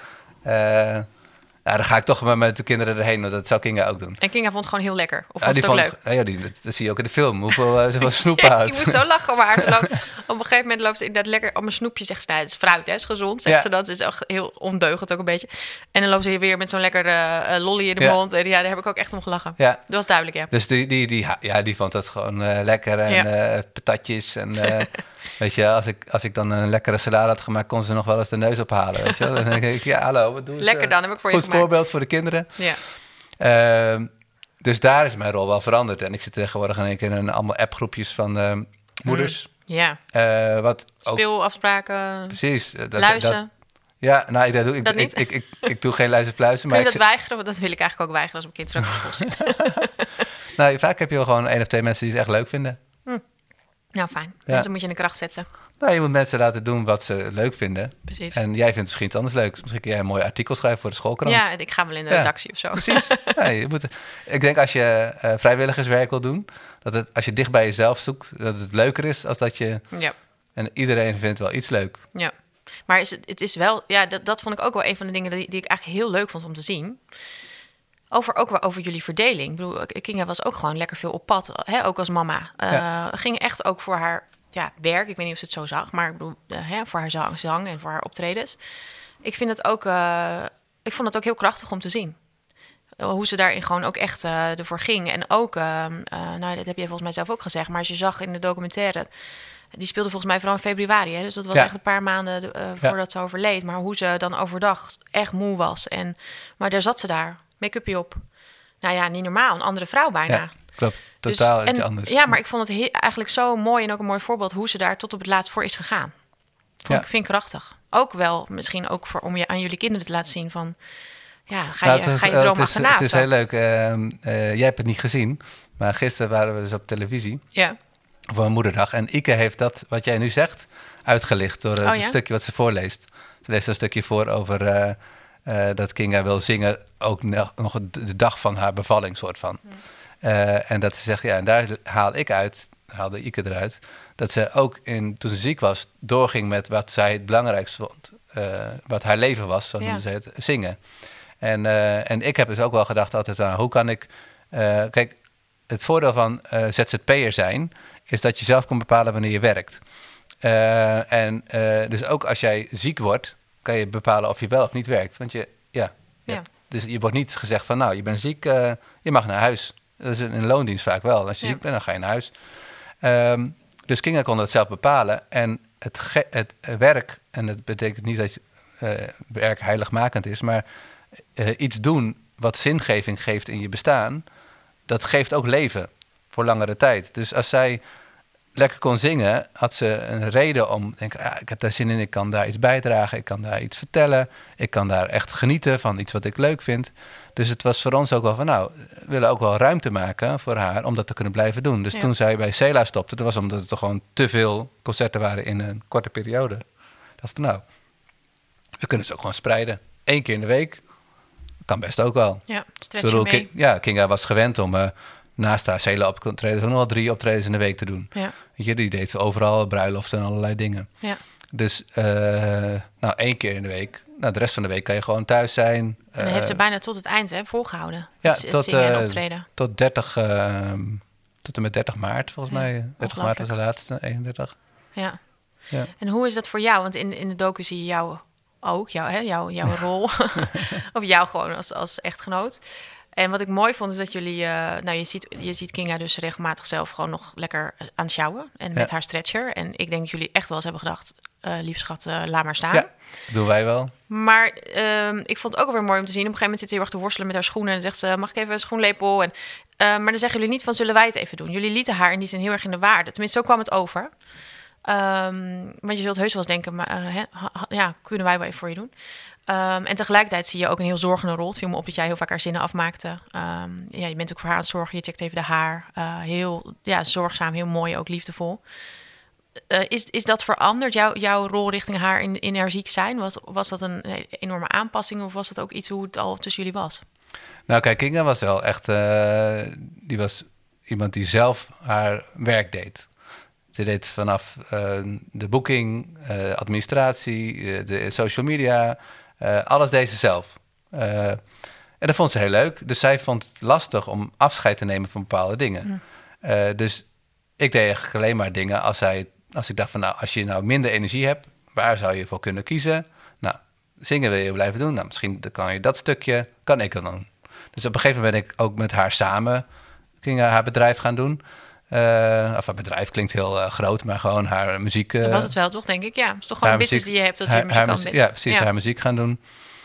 Dan ga ik toch maar met de kinderen erheen, want dat zou Kinga ook doen. En Kinga vond het gewoon heel lekker? Of vond het ook leuk? Dat zie je ook in de film, hoeveel ze van snoepen houdt. Je moet zo lachen, maar op een gegeven moment loopt ze inderdaad lekker op een snoepje. Zegt ze, nou, het is fruit, hè, is gezond. Zegt ze dat, is echt heel ondeugend ook een beetje. En dan loopt ze weer met zo'n lekker lolly in de mond. En daar heb ik ook echt om gelachen. Ja. Dat was duidelijk, ja. Dus die vond dat gewoon lekker. En patatjes. En weet je, als ik dan een lekkere salade had gemaakt, kon ze nog wel eens de neus ophalen. Weet je wel? Dan denk ik, ja, hallo, wat doen ze? Lekker dan, heb ik voor je gemaakt. Goed voorbeeld voor de kinderen. Ja. Dus daar is mijn rol wel veranderd. En ik zit tegenwoordig in één keer in allemaal appgroepjes van moeders. Ja. Speelafspraken. Precies. Luizen. Ja, nou, ik doe geen luizenpluizen. Kun je dat weigeren? Want dat wil ik eigenlijk ook weigeren als mijn kind straks op school zit. Nou, vaak heb je wel gewoon 1 of 2 mensen die het echt leuk vinden. Nou, fijn. Mensen moet je in de kracht zetten. Nou, je moet mensen laten doen wat ze leuk vinden. Precies. En jij vindt misschien iets anders leuks. Misschien kun jij een mooi artikel schrijven voor de schoolkrant. Ja, ik ga wel in de redactie of zo. Precies. Ik denk als je vrijwilligerswerk wil doen, als je dicht bij jezelf zoekt, dat het leuker is als dat je... Ja. En iedereen vindt wel iets leuk. Ja. Maar het is wel... Ja, dat vond ik ook wel een van de dingen die ik eigenlijk heel leuk vond om te zien. Over jullie verdeling. Ik bedoel, Kinga was ook gewoon lekker veel op pad. Hè, ook als mama. Ging echt ook voor haar werk. Ik weet niet of ze het zo zag. Maar ik bedoel, voor haar zang en voor haar optredens. Ik vind het ook... ik vond het ook heel krachtig om te zien. Hoe ze daarin gewoon ook echt ervoor ging. En ook... nou, dat heb je volgens mij zelf ook gezegd. Maar als je zag in de documentaire... Die speelde volgens mij vooral in februari. Hè? Dus dat was echt een paar maanden voordat ze overleed. Maar hoe ze dan overdag echt moe was. Maar daar zat ze daar. Make-upje op. Nou ja, niet normaal. Een andere vrouw bijna. Ja, klopt. Totaal iets anders. Ja, maar ik vond het eigenlijk zo mooi en ook een mooi voorbeeld... hoe ze daar tot op het laatst voor is gegaan. Vind ik krachtig. Ook wel, misschien ook om je aan jullie kinderen te laten zien van... Ja, ga je droom achterna. Het is heel leuk. Jij hebt het niet gezien. Maar gisteren waren we dus op televisie. Ja. Voor een moederdag. En Ike heeft dat, wat jij nu zegt, uitgelicht door het stukje wat ze voorleest. Ze leest een stukje voor over dat Kinga wil zingen, ook nog de dag van haar bevalling, soort van. En dat ze zegt, ja, en daar haalde Ike eruit, dat ze ook toen ze ziek was, doorging met wat zij het belangrijkste vond. Wat haar leven was, zo noemde ze het, zingen. En ik heb dus ook wel gedacht altijd aan, hoe kan ik... kijk, het voordeel van ZZP'er zijn is dat je zelf kan bepalen wanneer je werkt. Dus ook als jij ziek wordt, kan je bepalen of je wel of niet werkt. Want dus je wordt niet gezegd van, nou, je bent ziek, je mag naar huis. Dat is in loondienst vaak wel. Als je ziek bent, dan ga je naar huis. Dus Kinga kon dat zelf bepalen. En het werk, en dat betekent niet dat werk heiligmakend is, maar iets doen wat zingeving geeft in je bestaan, dat geeft ook leven voor langere tijd. Dus als zij lekker kon zingen, had ze een reden om te denken, ik heb daar zin in, ik kan daar iets bijdragen, ik kan daar iets vertellen, ik kan daar echt genieten van iets wat ik leuk vind. Dus het was voor ons ook wel van, we willen ook wel ruimte maken voor haar om dat te kunnen blijven doen. Dus toen zij bij Cela stopte, dat was omdat er toch gewoon te veel concerten waren in een korte periode. Dat is we kunnen ze ook gewoon spreiden. 1 keer in de week, kan best ook wel. Ja, stretchen mee. Kinga was gewend om naast haar Cela optreden nog wel 3 optredens in de week te doen. Ja. Weet je, die deed ze overal, bruiloften en allerlei dingen. Ja. Dus 1 keer in de week. De rest van de week kan je gewoon thuis zijn. En dan heeft ze bijna tot het eind volgehouden. Ja, het zingen en optreden. Tot en met 30 maart volgens mij. 30 maart was de laatste, 31. Ja. En hoe is dat voor jou? Want in de docu zie je jou ook, jouw rol. Of jou gewoon als echtgenoot. En wat ik mooi vond is dat jullie... je ziet Kinga dus regelmatig zelf gewoon nog lekker aan het sjouwen. En met haar stretcher. En ik denk dat jullie echt wel eens hebben gedacht... lief schat, laat maar staan. Ja, doen wij wel. Maar ik vond het ook weer mooi om te zien. Op een gegeven moment zit ze heel erg te worstelen met haar schoenen. En dan zegt ze, mag ik even een schoenlepel? En, maar dan zeggen jullie niet van, zullen wij het even doen? Jullie lieten haar in die zin heel erg in de waarde. Tenminste, zo kwam het over. Want je zult heus wel eens denken... maar kunnen wij wel even voor je doen? En tegelijkertijd zie je ook een heel zorgende rol. Het viel me op dat jij heel vaak haar zinnen afmaakte. Je bent ook voor haar aan het zorgen. Je checkt even de haar. Heel zorgzaam, heel mooi, ook liefdevol. Is dat veranderd, jouw rol richting haar in haar ziek zijn? Was dat een enorme aanpassing of was dat ook iets hoe het al tussen jullie was? Nou kijk, Kinga was wel echt... die was iemand die zelf haar werk deed. Ze deed vanaf de boeking, administratie, de social media... alles deed ze zelf. En dat vond ze heel leuk. Dus zij vond het lastig om afscheid te nemen van bepaalde dingen. Dus ik deed eigenlijk alleen maar dingen als ik dacht van... als je minder energie hebt, waar zou je voor kunnen kiezen? Nou, zingen wil je blijven doen. Nou, misschien kan je dat stukje, kan ik dan doen. Dus op een gegeven moment ben ik ook met haar samen... ging haar bedrijf gaan doen... of haar bedrijf klinkt heel groot, maar gewoon haar muziek... dat was het wel, toch, denk ik? Ja, het is toch gewoon een business die je hebt als je muzikant bent. Ja, precies, haar muziek gaan doen.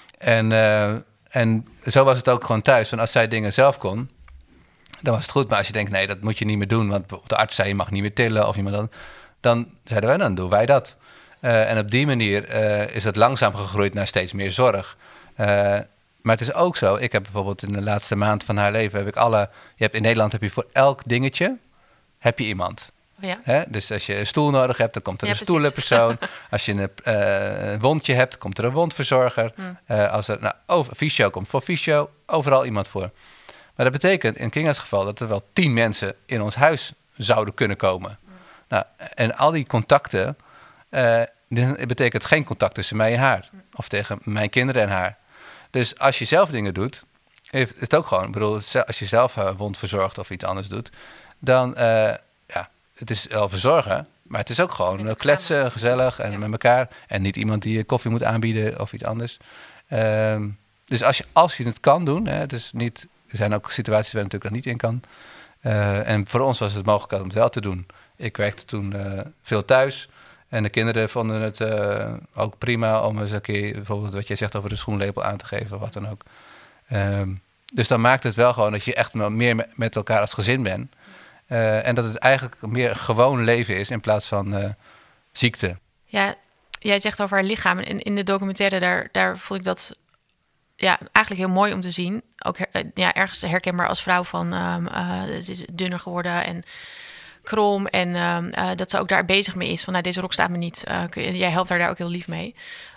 En zo was het ook gewoon thuis. Want als zij dingen zelf kon, dan was het goed. Maar als je denkt, nee, dat moet je niet meer doen... want de arts zei, je mag niet meer tillen of iemand dan zeiden wij, dan doen wij dat. En op die manier is het langzaam gegroeid naar steeds meer zorg. Maar het is ook zo, ik heb bijvoorbeeld in de laatste maand van haar leven... in Nederland heb je voor elk dingetje... heb je iemand. Ja. Hè? Dus als je een stoel nodig hebt, dan komt er een stoelenpersoon. Als je een wondje hebt, komt er een wondverzorger. Als er fysio komt voor fysio, overal iemand voor. Maar dat betekent in Kinga's geval dat er wel 10 mensen in ons huis zouden kunnen komen. Nou, en al die contacten, dit betekent geen contact tussen mij en haar. Of tegen mijn kinderen en haar. Dus als je zelf dingen doet, is het ook gewoon... Ik bedoel, als je zelf een wond verzorgt of iets anders doet... dan, het is wel verzorgen, maar het is ook gewoon kletsen, gezellig en met elkaar. En niet iemand die je koffie moet aanbieden of iets anders. Dus als je het kan doen, dus niet, er zijn ook situaties waar je natuurlijk nog niet in kan. En voor ons was het mogelijk om het wel te doen. Ik werkte toen veel thuis en de kinderen vonden het ook prima om eens een keer, bijvoorbeeld wat jij zegt over de schoenlepel aan te geven, wat dan ook. Dus dan maakt het wel gewoon dat je echt meer met elkaar als gezin bent. En dat het eigenlijk meer gewoon leven is in plaats van ziekte. Ja, jij zegt over haar lichaam. En in de documentaire, daar vond ik dat eigenlijk heel mooi om te zien. Ook ergens herkenbaar als vrouw van... het is dunner geworden en krom. En dat ze ook daar bezig mee is. Van, deze rok staat me niet. Jij helpt haar daar ook heel lief mee.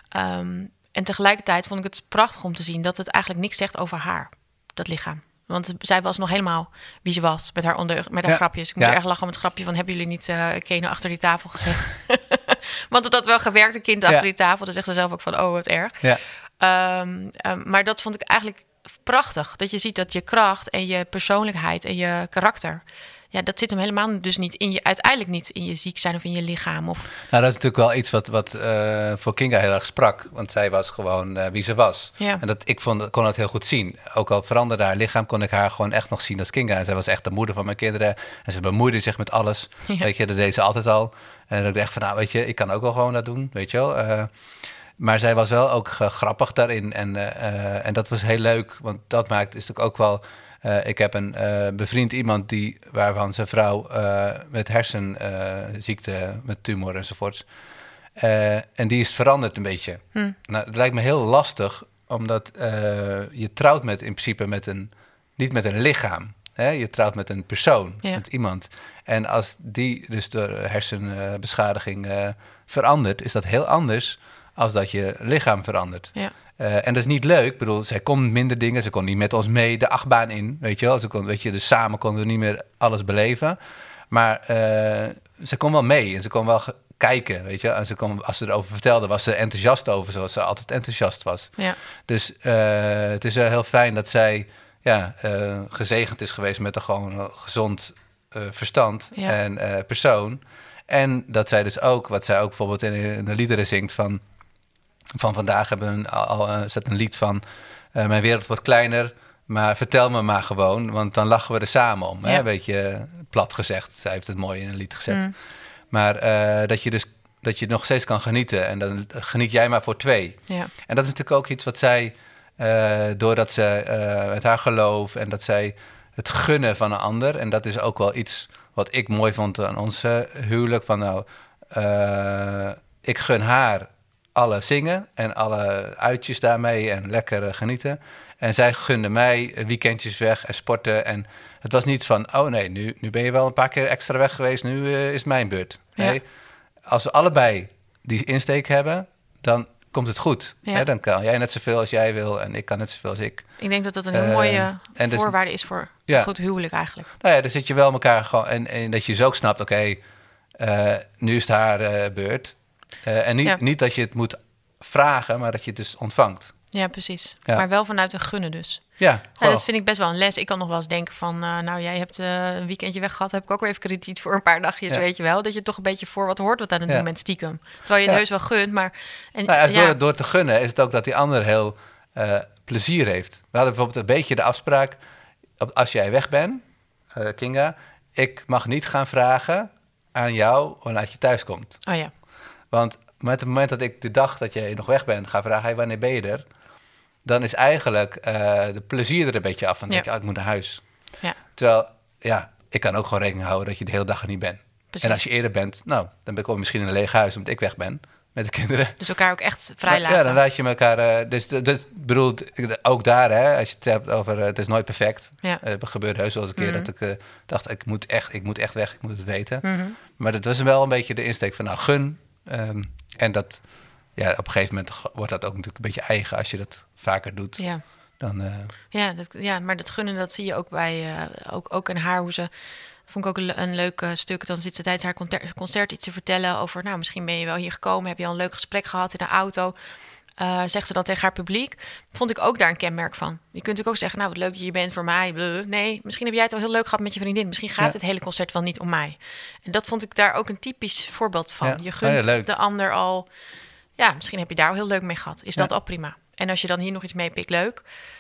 En tegelijkertijd vond ik het prachtig om te zien... dat het eigenlijk niks zegt over haar, dat lichaam. Want zij was nog helemaal wie ze was met haar grapjes. Ik moet erg lachen om het grapje van... hebben jullie niet Keno achter die tafel gezet? Want het had wel gewerkt, een kind achter die tafel. Dan zegt ze zelf ook van, wat erg. Ja. Maar dat vond ik eigenlijk prachtig. Dat je ziet dat je kracht en je persoonlijkheid en je karakter... dat zit hem helemaal dus niet uiteindelijk niet in je ziek zijn of in je lichaam. Of... Nou, dat is natuurlijk wel iets wat voor Kinga heel erg sprak. Want zij was gewoon wie ze was. Ja. En ik kon dat heel goed zien. Ook al veranderde haar lichaam, kon ik haar gewoon echt nog zien als Kinga. En zij was echt de moeder van mijn kinderen. En ze bemoeide zich met alles. Ja. Weet je, dat deed ze altijd al. En dat ik dacht van, weet je, ik kan ook wel gewoon dat doen, weet je wel. Maar zij was wel ook grappig daarin. En dat was heel leuk, want dat maakt is natuurlijk ook wel... Ik heb een bevriend iemand waarvan zijn vrouw met hersenziekte, met tumor enzovoorts. En die is veranderd een beetje. Nou, het lijkt me heel lastig, omdat je trouwt in principe niet met een lichaam. Hè? Je trouwt met een persoon, met iemand. En als die dus door hersenbeschadiging verandert, is dat heel anders als dat je lichaam verandert. Ja. En dat is niet leuk. Ik bedoel, zij kon minder dingen. Ze kon niet met ons mee de achtbaan in, weet je wel. Dus samen konden we niet meer alles beleven. Maar ze kon wel mee en ze kon wel kijken, weet je. En als ze erover vertelde, was ze enthousiast over, zoals ze altijd enthousiast was. Ja. Dus het is wel heel fijn dat zij gezegend is geweest met een gewoon gezond verstand en persoon. En dat zij dus ook, wat zij ook bijvoorbeeld in de liederen zingt van vandaag zet een lied van mijn wereld wordt kleiner, maar vertel me maar gewoon, want dan lachen we er samen om. Hè? Een beetje plat gezegd. Zij heeft het mooi in een lied gezet. Maar dat je nog steeds kan genieten. En dan geniet jij maar voor 2. Ja. En dat is natuurlijk ook iets wat zij, doordat ze met haar geloof en dat zij het gunnen van een ander. En dat is ook wel iets wat ik mooi vond aan ons huwelijk. Van ik gun haar alle zingen en alle uitjes daarmee en lekker genieten. En zij gunde mij weekendjes weg en sporten. En het was niet van, oh nee, nu ben je wel een paar keer extra weg geweest, nu is het mijn beurt. Ja. Nee, als we allebei die insteek hebben, dan komt het goed. Ja. Hè? Dan kan jij net zoveel als jij wil en ik kan net zoveel als ik. Ik denk dat dat een heel mooie voorwaarde is voor een goed huwelijk eigenlijk. Nou ja, dan zit je wel elkaar gewoon en dat je dus ook snapt, oké, nu is het haar beurt. En niet dat je het moet vragen, maar dat je het dus ontvangt. Ja, precies. Ja. Maar wel vanuit een gunnen dus. Ja, dat vind ik best wel een les. Ik kan nog wel eens denken van, nou, jij hebt een weekendje weg gehad, heb ik ook weer even krediet voor een paar dagjes, weet je wel. Dat je toch een beetje voor wat hoort wat aan het doen bent stiekem. Terwijl je het heus wel gunt, maar... Door te gunnen is het ook dat die ander heel plezier heeft. We hadden bijvoorbeeld een beetje de afspraak, als jij weg bent, Kinga, ik mag niet gaan vragen aan jou wanneer je thuis komt. Oh ja. Want met het moment dat ik de dag dat jij nog weg bent ga vragen, hey, wanneer ben je er? Dan is eigenlijk de plezier er een beetje af. Van denk ik moet naar huis. Ja. Terwijl, ik kan ook gewoon rekening houden dat je de hele dag er niet bent. Precies. En als je eerder bent, nou, dan ben ik misschien in een leeg huis omdat ik weg ben met de kinderen. Dus elkaar ook echt vrij laten. Ja, dan laat je elkaar... Dus bedoel, ook daar, hè, als je het hebt over... het is nooit perfect. Ja. Gebeurde heus wel eens een keer dat ik dacht, ik moet echt weg, ik moet het weten. Mm-hmm. Maar dat was wel een beetje de insteek van, nou, gun... en dat, op een gegeven moment wordt dat ook natuurlijk een beetje eigen als je dat vaker doet. Ja. Dan, maar dat gunnen, dat zie je ook bij, ook in haar, hoe ze, vond ik ook een leuk stuk. Dan zit ze tijdens haar concert iets te vertellen over, nou, misschien ben je wel hier gekomen, heb je al een leuk gesprek gehad in de auto. Zegt ze dan tegen haar publiek. Vond ik ook daar een kenmerk van. Je kunt natuurlijk ook zeggen, nou, wat leuk dat je bent voor mij. Nee, misschien heb jij het wel heel leuk gehad met je vriendin. Misschien gaat het hele concert wel niet om mij. En dat vond ik daar ook een typisch voorbeeld van. Ja. Je gunt de ander al... Ja, misschien heb je daar al heel leuk mee gehad. Is dat al prima. En als je dan hier nog iets mee pikt, leuk.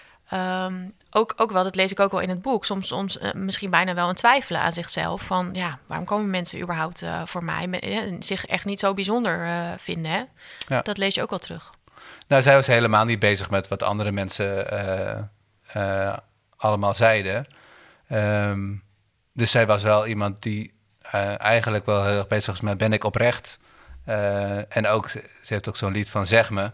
Ook wel, dat lees ik ook wel in het boek. Soms misschien bijna wel een twijfelen aan zichzelf. Van, waarom komen mensen überhaupt voor mij? Zich echt niet zo bijzonder vinden, hè? Ja. Dat lees je ook wel terug. Nou, zij was helemaal niet bezig met wat andere mensen allemaal zeiden. Dus zij was wel iemand die eigenlijk wel heel erg bezig was met, ben ik oprecht? En ook, ze heeft ook zo'n lied van Zeg Me.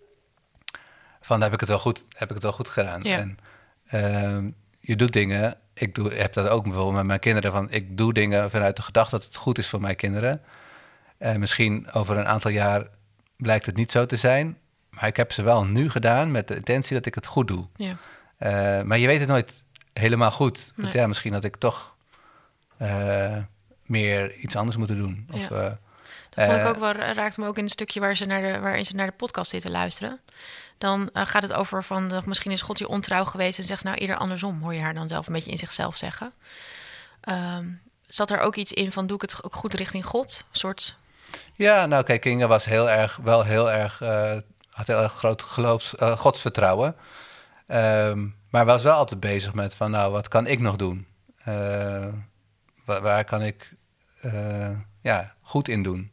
Van, heb ik het wel goed gedaan? Ja. En je doet dingen, heb dat ook bijvoorbeeld met mijn kinderen, van ik doe dingen vanuit de gedachte dat het goed is voor mijn kinderen. Misschien over een aantal jaar blijkt het niet zo te zijn. Maar ik heb ze wel nu gedaan met de intentie dat ik het goed doe. Ja. Maar je weet het nooit helemaal goed. Nee. Want misschien had ik toch meer iets anders moeten doen. Ja. Dat vond ik ook wel, raakte me ook in een stukje waarin ze naar de podcast zitten luisteren. Dan gaat het over van, misschien is God je ontrouw geweest en zegt, nou, eerder andersom, hoor je haar dan zelf een beetje in zichzelf zeggen. Zat er ook iets in van, doe ik het ook goed richting God? Een soort... Ja, nou kijk, Kinga was had heel erg groot godsvertrouwen. Maar was wel altijd bezig met van, nou, wat kan ik nog doen? Waar kan ik goed in doen?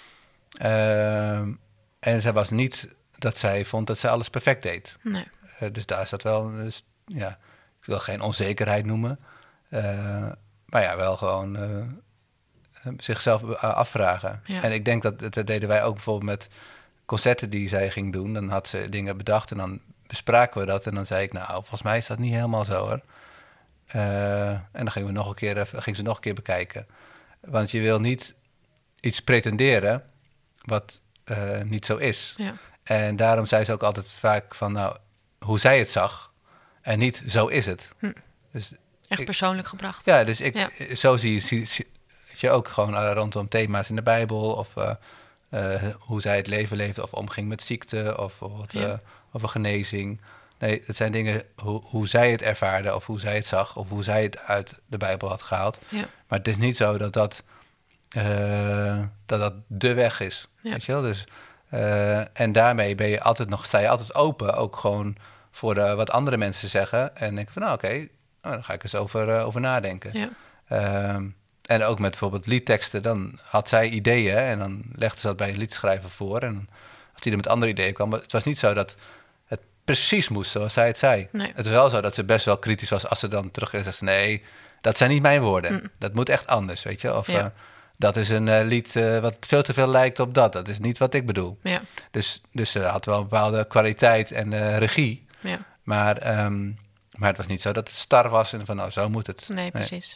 En zij was niet dat zij vond dat zij alles perfect deed. Nee. Dus daar is dat wel... Dus, Ik wil geen onzekerheid noemen. Maar ja, wel gewoon zichzelf afvragen. Ja. En ik denk dat deden wij ook bijvoorbeeld met concerten die zij ging doen. Dan had ze dingen bedacht en dan bespraken we dat. En dan zei ik, nou, volgens mij is dat niet helemaal zo, hoor. En dan ging ze nog een keer bekijken. Want je wil niet iets pretenderen wat niet zo is. Ja. En daarom zei ze ook altijd vaak van, nou, hoe zij het zag en niet zo is het. Dus Echt persoonlijk gebracht. ja, dus zo zie je ook gewoon rondom thema's in de Bijbel of hoe zij het leven leefde of omging met ziekte of bijvoorbeeld over genezing. Nee, het zijn dingen hoe zij het ervaarde of hoe zij het zag of hoe zij het uit de Bijbel had gehaald. Ja. Maar het is niet zo dat de weg is. Ja. Weet je wel? Dus, en daarmee sta je altijd open, ook gewoon voor wat andere mensen zeggen. En denk van, nou oké, dan ga ik eens over nadenken. Ja. En ook met bijvoorbeeld liedteksten, dan had zij ideeën en dan legde ze dat bij een liedschrijver voor. En als die er met andere ideeën kwam, het was niet zo dat het precies moest zoals zij het zei. Nee. Het is wel zo dat ze best wel kritisch was als ze dan terugkreeg en zei, nee, dat zijn niet mijn woorden. Dat moet echt anders, weet je. Of dat is een lied wat veel te veel lijkt op dat. Dat is niet wat ik bedoel. Ja. Dus ze had wel een bepaalde kwaliteit en regie. Ja. Maar het was niet zo dat het star was en van, nou, zo moet het. Nee, precies.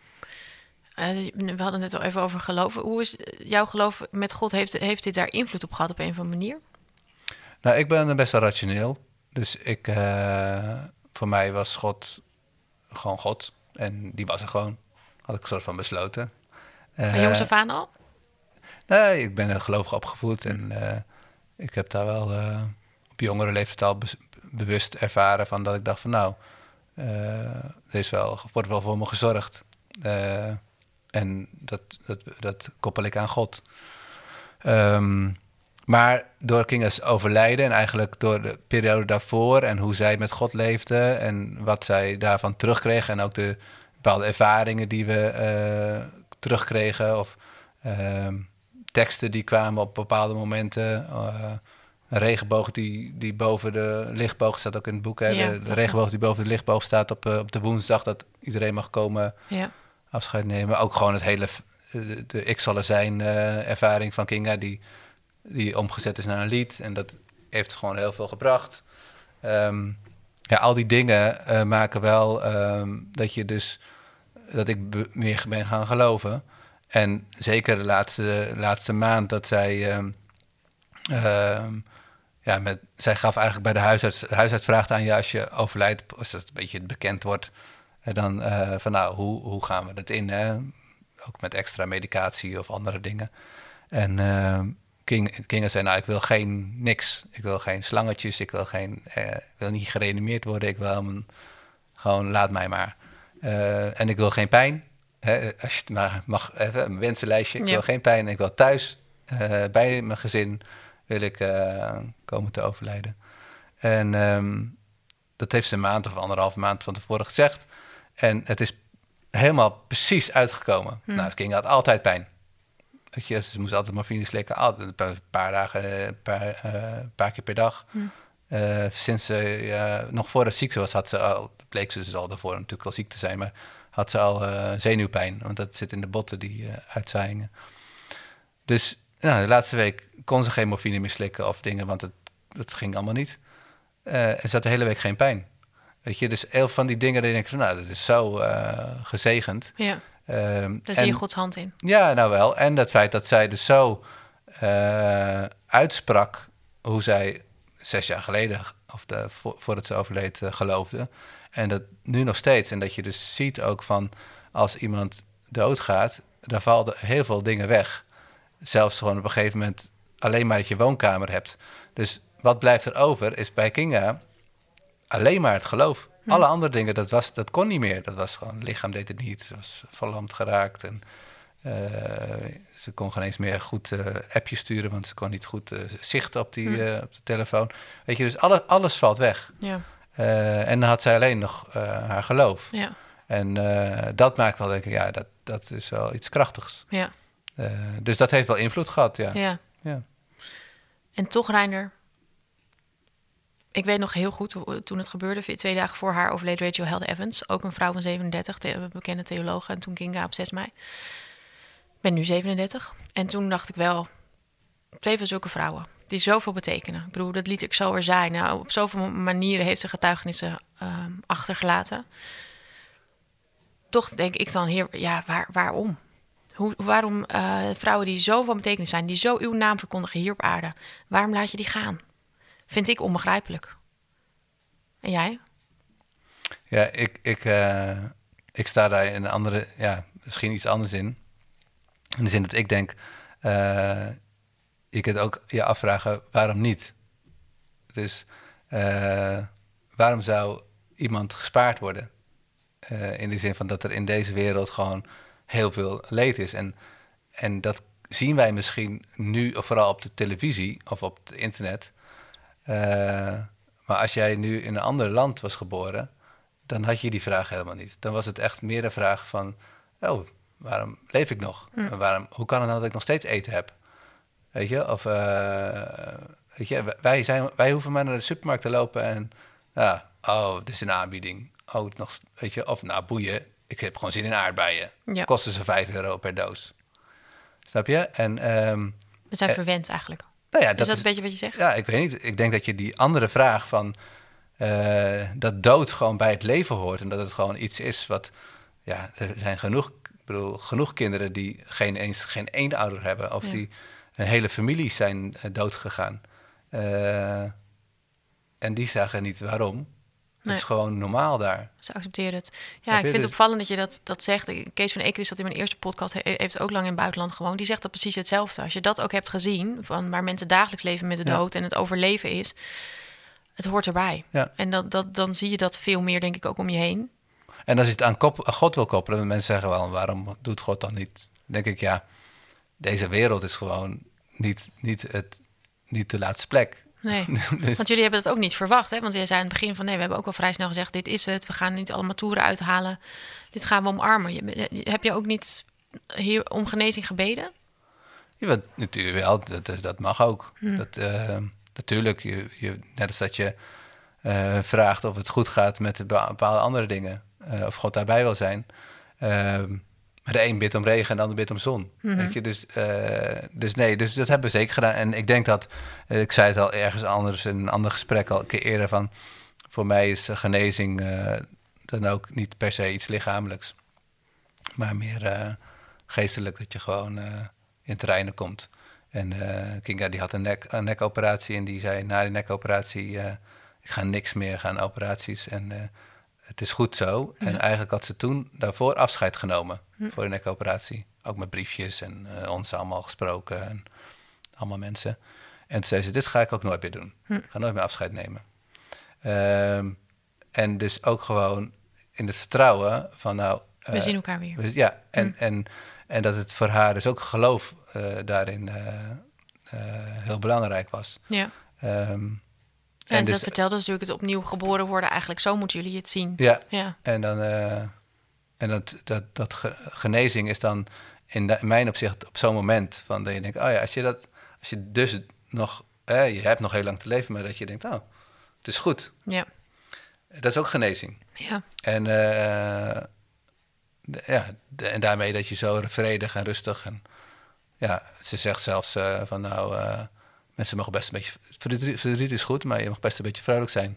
We hadden het net al even over geloof. Hoe is jouw geloof met God? Heeft dit daar invloed op gehad op een of andere manier? Nou, ik ben best wel rationeel. Dus voor mij was God gewoon God. En die was er gewoon. Had ik een soort van besloten. Van jongs af aan al? Nee, ik ben gelovig opgevoed. En ik heb daar wel op jongere leeftijd al bewust ervaren van dat ik dacht van nou, wordt wel voor me gezorgd. En dat koppel ik aan God. Maar door Kinga's overlijden en eigenlijk door de periode daarvoor en hoe zij met God leefde en wat zij daarvan terugkreeg en ook de bepaalde ervaringen die we terugkregen of teksten die kwamen op bepaalde momenten. Een regenboog die boven de lichtboog staat ook in het boek. Hè? Ja, de regenboog die boven de lichtboog staat op de woensdag dat iedereen mag komen afscheid nemen. Ook gewoon het hele de Ik zal er zijn ervaring van Kinga die omgezet is naar een lied. En dat heeft gewoon heel veel gebracht. Al die dingen maken wel dat ik meer ben gaan geloven. En zeker de laatste maand dat zij... zij gaf eigenlijk bij de huisarts vraagt aan je als je overlijdt, als dat een beetje bekend wordt, dan van nou, hoe gaan we dat in? Hè? Ook met extra medicatie of andere dingen. En Kinga zei, nou, ik wil niks. Ik wil geen slangetjes, ik wil niet gereanimeerd worden, ik wil gewoon, laat mij maar. En ik wil geen pijn. Als je het maar mag, even een wensenlijstje. Ik wil geen pijn, ik wil thuis bij mijn gezin wil ik komen te overlijden. En dat heeft ze een maand of 1,5 maand van tevoren gezegd. En het is helemaal precies uitgekomen. Nou, Kinga had altijd pijn. Weet je, ze moest altijd morfine slikken. Altijd, een paar dagen, een paar keer per dag. Sinds ze nog voordat ze ziek was, had ze al... bleek ze dus al daarvoor natuurlijk al ziek te zijn... maar had ze al zenuwpijn. Want dat zit in de botten, die uitzaaiingen. Dus de laatste week kon ze geen morfine meer slikken of dingen... want het ging allemaal niet. En ze had de hele week geen pijn. Weet je, dus heel van die dingen... dat je denkt van, nou, dat is zo gezegend... Ja. Daar zie je Gods hand in. Ja, nou wel. En dat feit dat zij dus zo uitsprak hoe zij 6 jaar geleden, of voordat ze overleed, geloofde. En dat nu nog steeds. En dat je dus ziet ook van als iemand doodgaat, dan vallen heel veel dingen weg. Zelfs gewoon op een gegeven moment alleen maar dat je woonkamer hebt. Dus wat blijft er over is bij Kinga alleen maar het geloof. Alle andere dingen, dat kon niet meer. Dat was gewoon, het lichaam deed het niet. Ze was verlamd geraakt. En ze kon geen eens meer goed appjes sturen, want ze kon niet goed zichten op op de telefoon. Weet je, dus alles valt weg. Ja. En dan had zij alleen nog haar geloof. Ja. En dat maakt wel denken, ja, dat is wel iets krachtigs. Ja. Dus dat heeft wel invloed gehad, ja. Ja. Ja. En toch, Reiner, Ik weet nog heel goed toen het gebeurde. 2 dagen voor haar overleed Rachel Held Evans. Ook een vrouw van 37, bekende theoloog. En toen Kinga op 6 mei. Ik ben nu 37. En toen dacht ik wel, 2 van zulke vrouwen die zoveel betekenen. Ik bedoel, dat liet ik zo er zijn. Nou, op zoveel manieren heeft ze getuigenissen achtergelaten. Toch denk ik dan, heer, ja, waarom? Waarom vrouwen die zo van betekenis zijn, die zo uw naam verkondigen hier op aarde, waarom laat je die gaan? Vind ik onbegrijpelijk. En jij? Ja, ik sta daar in een andere, misschien iets anders in. In de zin dat ik denk, je kunt ook je afvragen, waarom niet? Dus waarom zou iemand gespaard worden? In de zin van dat er in deze wereld gewoon heel veel leed is. En dat zien wij misschien nu, of vooral op de televisie of op het internet. Maar als jij nu in een ander land was geboren, dan had je die vraag helemaal niet. Dan was het echt meer een vraag van, waarom leef ik nog? Hoe kan het nou dat ik nog steeds eten heb? Weet je? Of weet je, wij hoeven maar naar de supermarkt te lopen en dit is een aanbieding. Nog, weet je, of boeien, ik heb gewoon zin in aardbeien. Ja. Kosten ze €5 per doos. Snap je? En we zijn verwend eigenlijk. Nou ja, is dat een beetje wat je zegt? Ja, ik weet niet. Ik denk dat je die andere vraag van dat dood gewoon bij het leven hoort en dat het gewoon iets is wat, er zijn genoeg kinderen die geen één ouder hebben of die een hele familie zijn doodgegaan. En die zagen niet waarom. Het is gewoon normaal daar. Ze accepteren het. Ja, ik vind het opvallend dat je dat zegt. Kees van Eker dat in mijn eerste podcast heeft ook lang in het buitenland gewoond. Die zegt dat precies hetzelfde. Als je dat ook hebt gezien, van waar mensen dagelijks leven met de dood en het overleven is, het hoort erbij. Ja. En dan zie je dat veel meer, denk ik, ook om je heen. En als je het aan God wil koppelen, dan mensen zeggen wel, waarom doet God dan niet? Dan denk ik, deze wereld is gewoon niet de laatste plek. Nee, dus. Want jullie hebben dat ook niet verwacht, hè? Want jij zei aan het begin van, nee, we hebben ook wel vrij snel gezegd, dit is het, we gaan niet allemaal toeren uithalen, dit gaan we omarmen. Heb je ook niet hier om genezing gebeden? Ja, natuurlijk wel, dat mag ook. Natuurlijk, net als dat je vraagt of het goed gaat met bepaalde andere dingen, of God daarbij wil zijn. Maar de een bidt om regen en de ander bidt om zon. Weet je? Dus dat hebben we zeker gedaan. En ik denk dat, ik zei het al ergens anders in een ander gesprek al een keer eerder van, voor mij is genezing dan ook niet per se iets lichamelijks. Maar meer geestelijk, dat je gewoon in het reinen komt. En Kinga die had een nekoperatie en die zei na die nekoperatie, ik ga niks meer gaan operaties en het is goed zo. Ja. En eigenlijk had ze toen daarvoor afscheid genomen voor de nekoperatie. Ook met briefjes en ons allemaal gesproken en allemaal mensen. En toen zei ze, dit ga ik ook nooit meer doen. Ik ga nooit meer afscheid nemen. En dus ook gewoon in het vertrouwen van we zien elkaar weer. Ja, en dat het voor haar dus ook geloof daarin heel belangrijk was. Ja. En dus, dat vertelde natuurlijk het opnieuw geboren worden. Eigenlijk zo moeten jullie het zien. Ja. En dan dat genezing is dan in mijn opzicht op zo'n moment van dat je denkt, als je dus nog, je hebt nog heel lang te leven, maar dat je denkt, het is goed. Ja. Dat is ook genezing. Ja. En en daarmee dat je zo vredig en rustig en ze zegt zelfs van mensen mogen best een beetje, verdriet is goed, maar je mag best een beetje vrolijk zijn.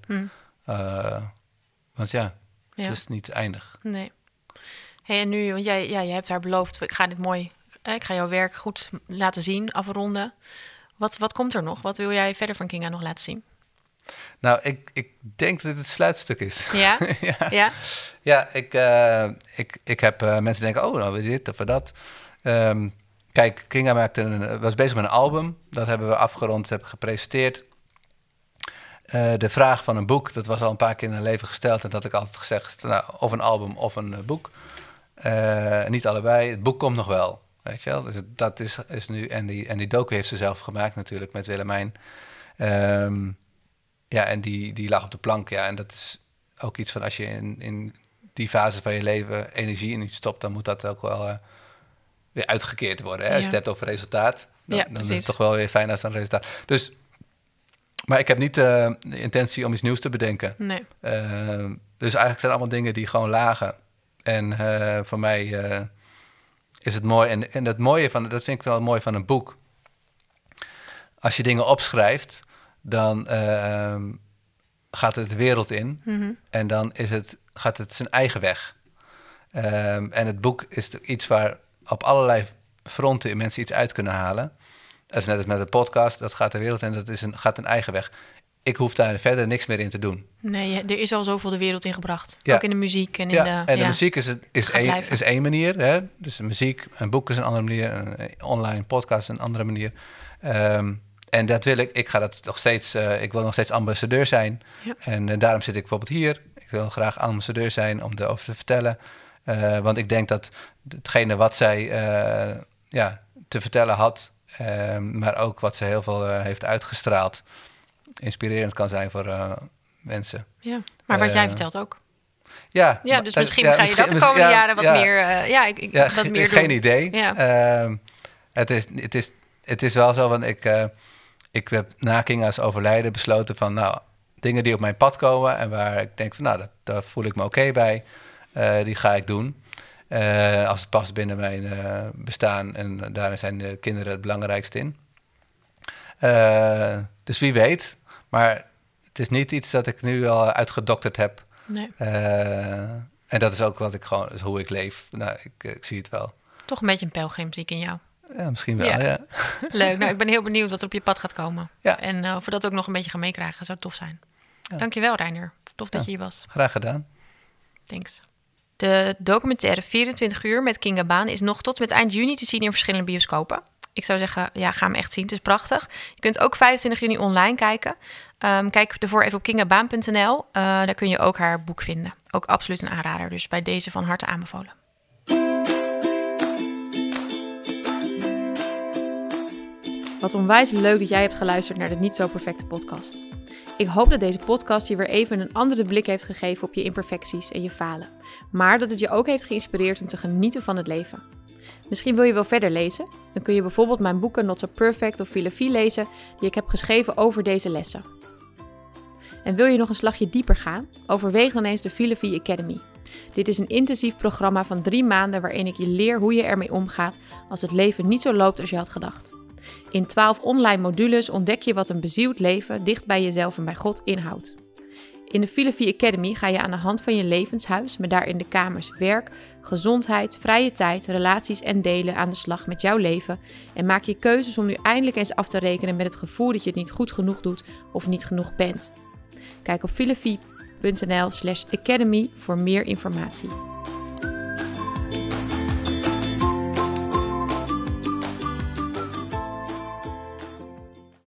Want het is niet eindig. Nee. Hey, en nu, want jij hebt haar beloofd, ik ga jouw werk goed laten zien, afronden. Wat komt er nog? Wat wil jij verder van Kinga nog laten zien? Nou, ik denk dat het sluitstuk is. Ja? Ja? Ja, ik heb mensen denken, nou wil je dit of dat. Kijk, Kinga was bezig met een album. Dat hebben we afgerond, hebben gepresenteerd. De vraag van een boek, dat was al een paar keer in haar leven gesteld. En dat had ik altijd gezegd, of een album of een boek. Niet allebei. Het boek komt nog wel, weet je wel. Dus dat is nu... En die docu heeft ze zelf gemaakt natuurlijk met Willemijn. En die lag op de plank. Ja, en dat is ook iets van als je in die fase van je leven energie in iets stopt, dan moet dat ook wel weer uitgekeerd worden. Hè? Als je het hebt over resultaat, dan is het toch wel weer fijn als het een resultaat. Dus Maar ik heb niet de intentie om iets nieuws te bedenken. Nee. Dus eigenlijk zijn allemaal dingen die gewoon lagen. En voor mij is het mooi. En dat mooie dat vind ik wel mooi van een boek. Als je dingen opschrijft, dan gaat het de wereld in. Mm-hmm. En dan gaat het zijn eigen weg. En het boek is iets waar op allerlei fronten mensen iets uit kunnen halen. Dat is net als met de podcast, dat gaat de wereld in, dat gaat een eigen weg. Ik hoef daar verder niks meer in te doen. Nee, er is al zoveel de wereld in gebracht. Ja. Ook in de muziek. En de muziek is één manier. Hè? Dus de muziek, een boek is een andere manier. Een online podcast is een andere manier. En dat wil ik. Ik ga dat nog steeds. Ik wil nog steeds ambassadeur zijn. Ja. En daarom zit ik bijvoorbeeld hier. Ik wil graag ambassadeur zijn om erover te vertellen. Want ik denk dat hetgene wat zij te vertellen had, maar ook wat ze heel veel heeft uitgestraald, inspirerend kan zijn voor mensen. Ja, maar wat jij vertelt ook. Ja, dus misschien ga je dat de komende jaren wat meer wat meer doen. Geen idee. Ja. Het is wel zo, want ik heb na Kinga's overlijden besloten van, dingen die op mijn pad komen en waar ik denk van, daar voel ik me oké bij, die ga ik doen. Als het past binnen mijn bestaan. En daarin zijn de kinderen het belangrijkste in. Dus wie weet. Maar het is niet iets dat ik nu al uitgedokterd heb. Nee. En dat is ook hoe ik leef. Ik zie het wel. Toch een beetje een pelgrimsziek in jou. Ja, misschien wel, ja. Leuk. Ik ben heel benieuwd wat er op je pad gaat komen. Ja. En of we dat ook nog een beetje gaan meekrijgen. Zou tof zijn. Ja. Dankjewel, Reinier. Tof dat je hier was. Graag gedaan. Thanks. De documentaire 24 uur met Kinga Baan is nog tot met eind juni te zien in verschillende bioscopen. Ik zou zeggen, ga hem echt zien. Het is prachtig. Je kunt ook 25 juni online kijken. Kijk ervoor even op kingabaan.nl. Daar kun je ook haar boek vinden. Ook absoluut een aanrader. Dus bij deze van harte aanbevolen. Wat onwijs leuk dat jij hebt geluisterd naar de Niet Zo Perfecte podcast. Ik hoop dat deze podcast je weer even een andere blik heeft gegeven op je imperfecties en je falen. Maar dat het je ook heeft geïnspireerd om te genieten van het leven. Misschien wil je wel verder lezen? Dan kun je bijvoorbeeld mijn boeken Not So Perfect of Filosofie lezen die ik heb geschreven over deze lessen. En wil je nog een slagje dieper gaan? Overweeg dan eens de Filosofie Academy. Dit is een intensief programma van 3 maanden waarin ik je leer hoe je ermee omgaat als het leven niet zo loopt als je had gedacht. In 12 online modules ontdek je wat een bezield leven dicht bij jezelf en bij God inhoudt. In de Filosofie Academy ga je aan de hand van je levenshuis met daarin de kamers werk, gezondheid, vrije tijd, relaties en delen aan de slag met jouw leven en maak je keuzes om nu eindelijk eens af te rekenen met het gevoel dat je het niet goed genoeg doet of niet genoeg bent. Kijk op filosofie.nl/academy voor meer informatie.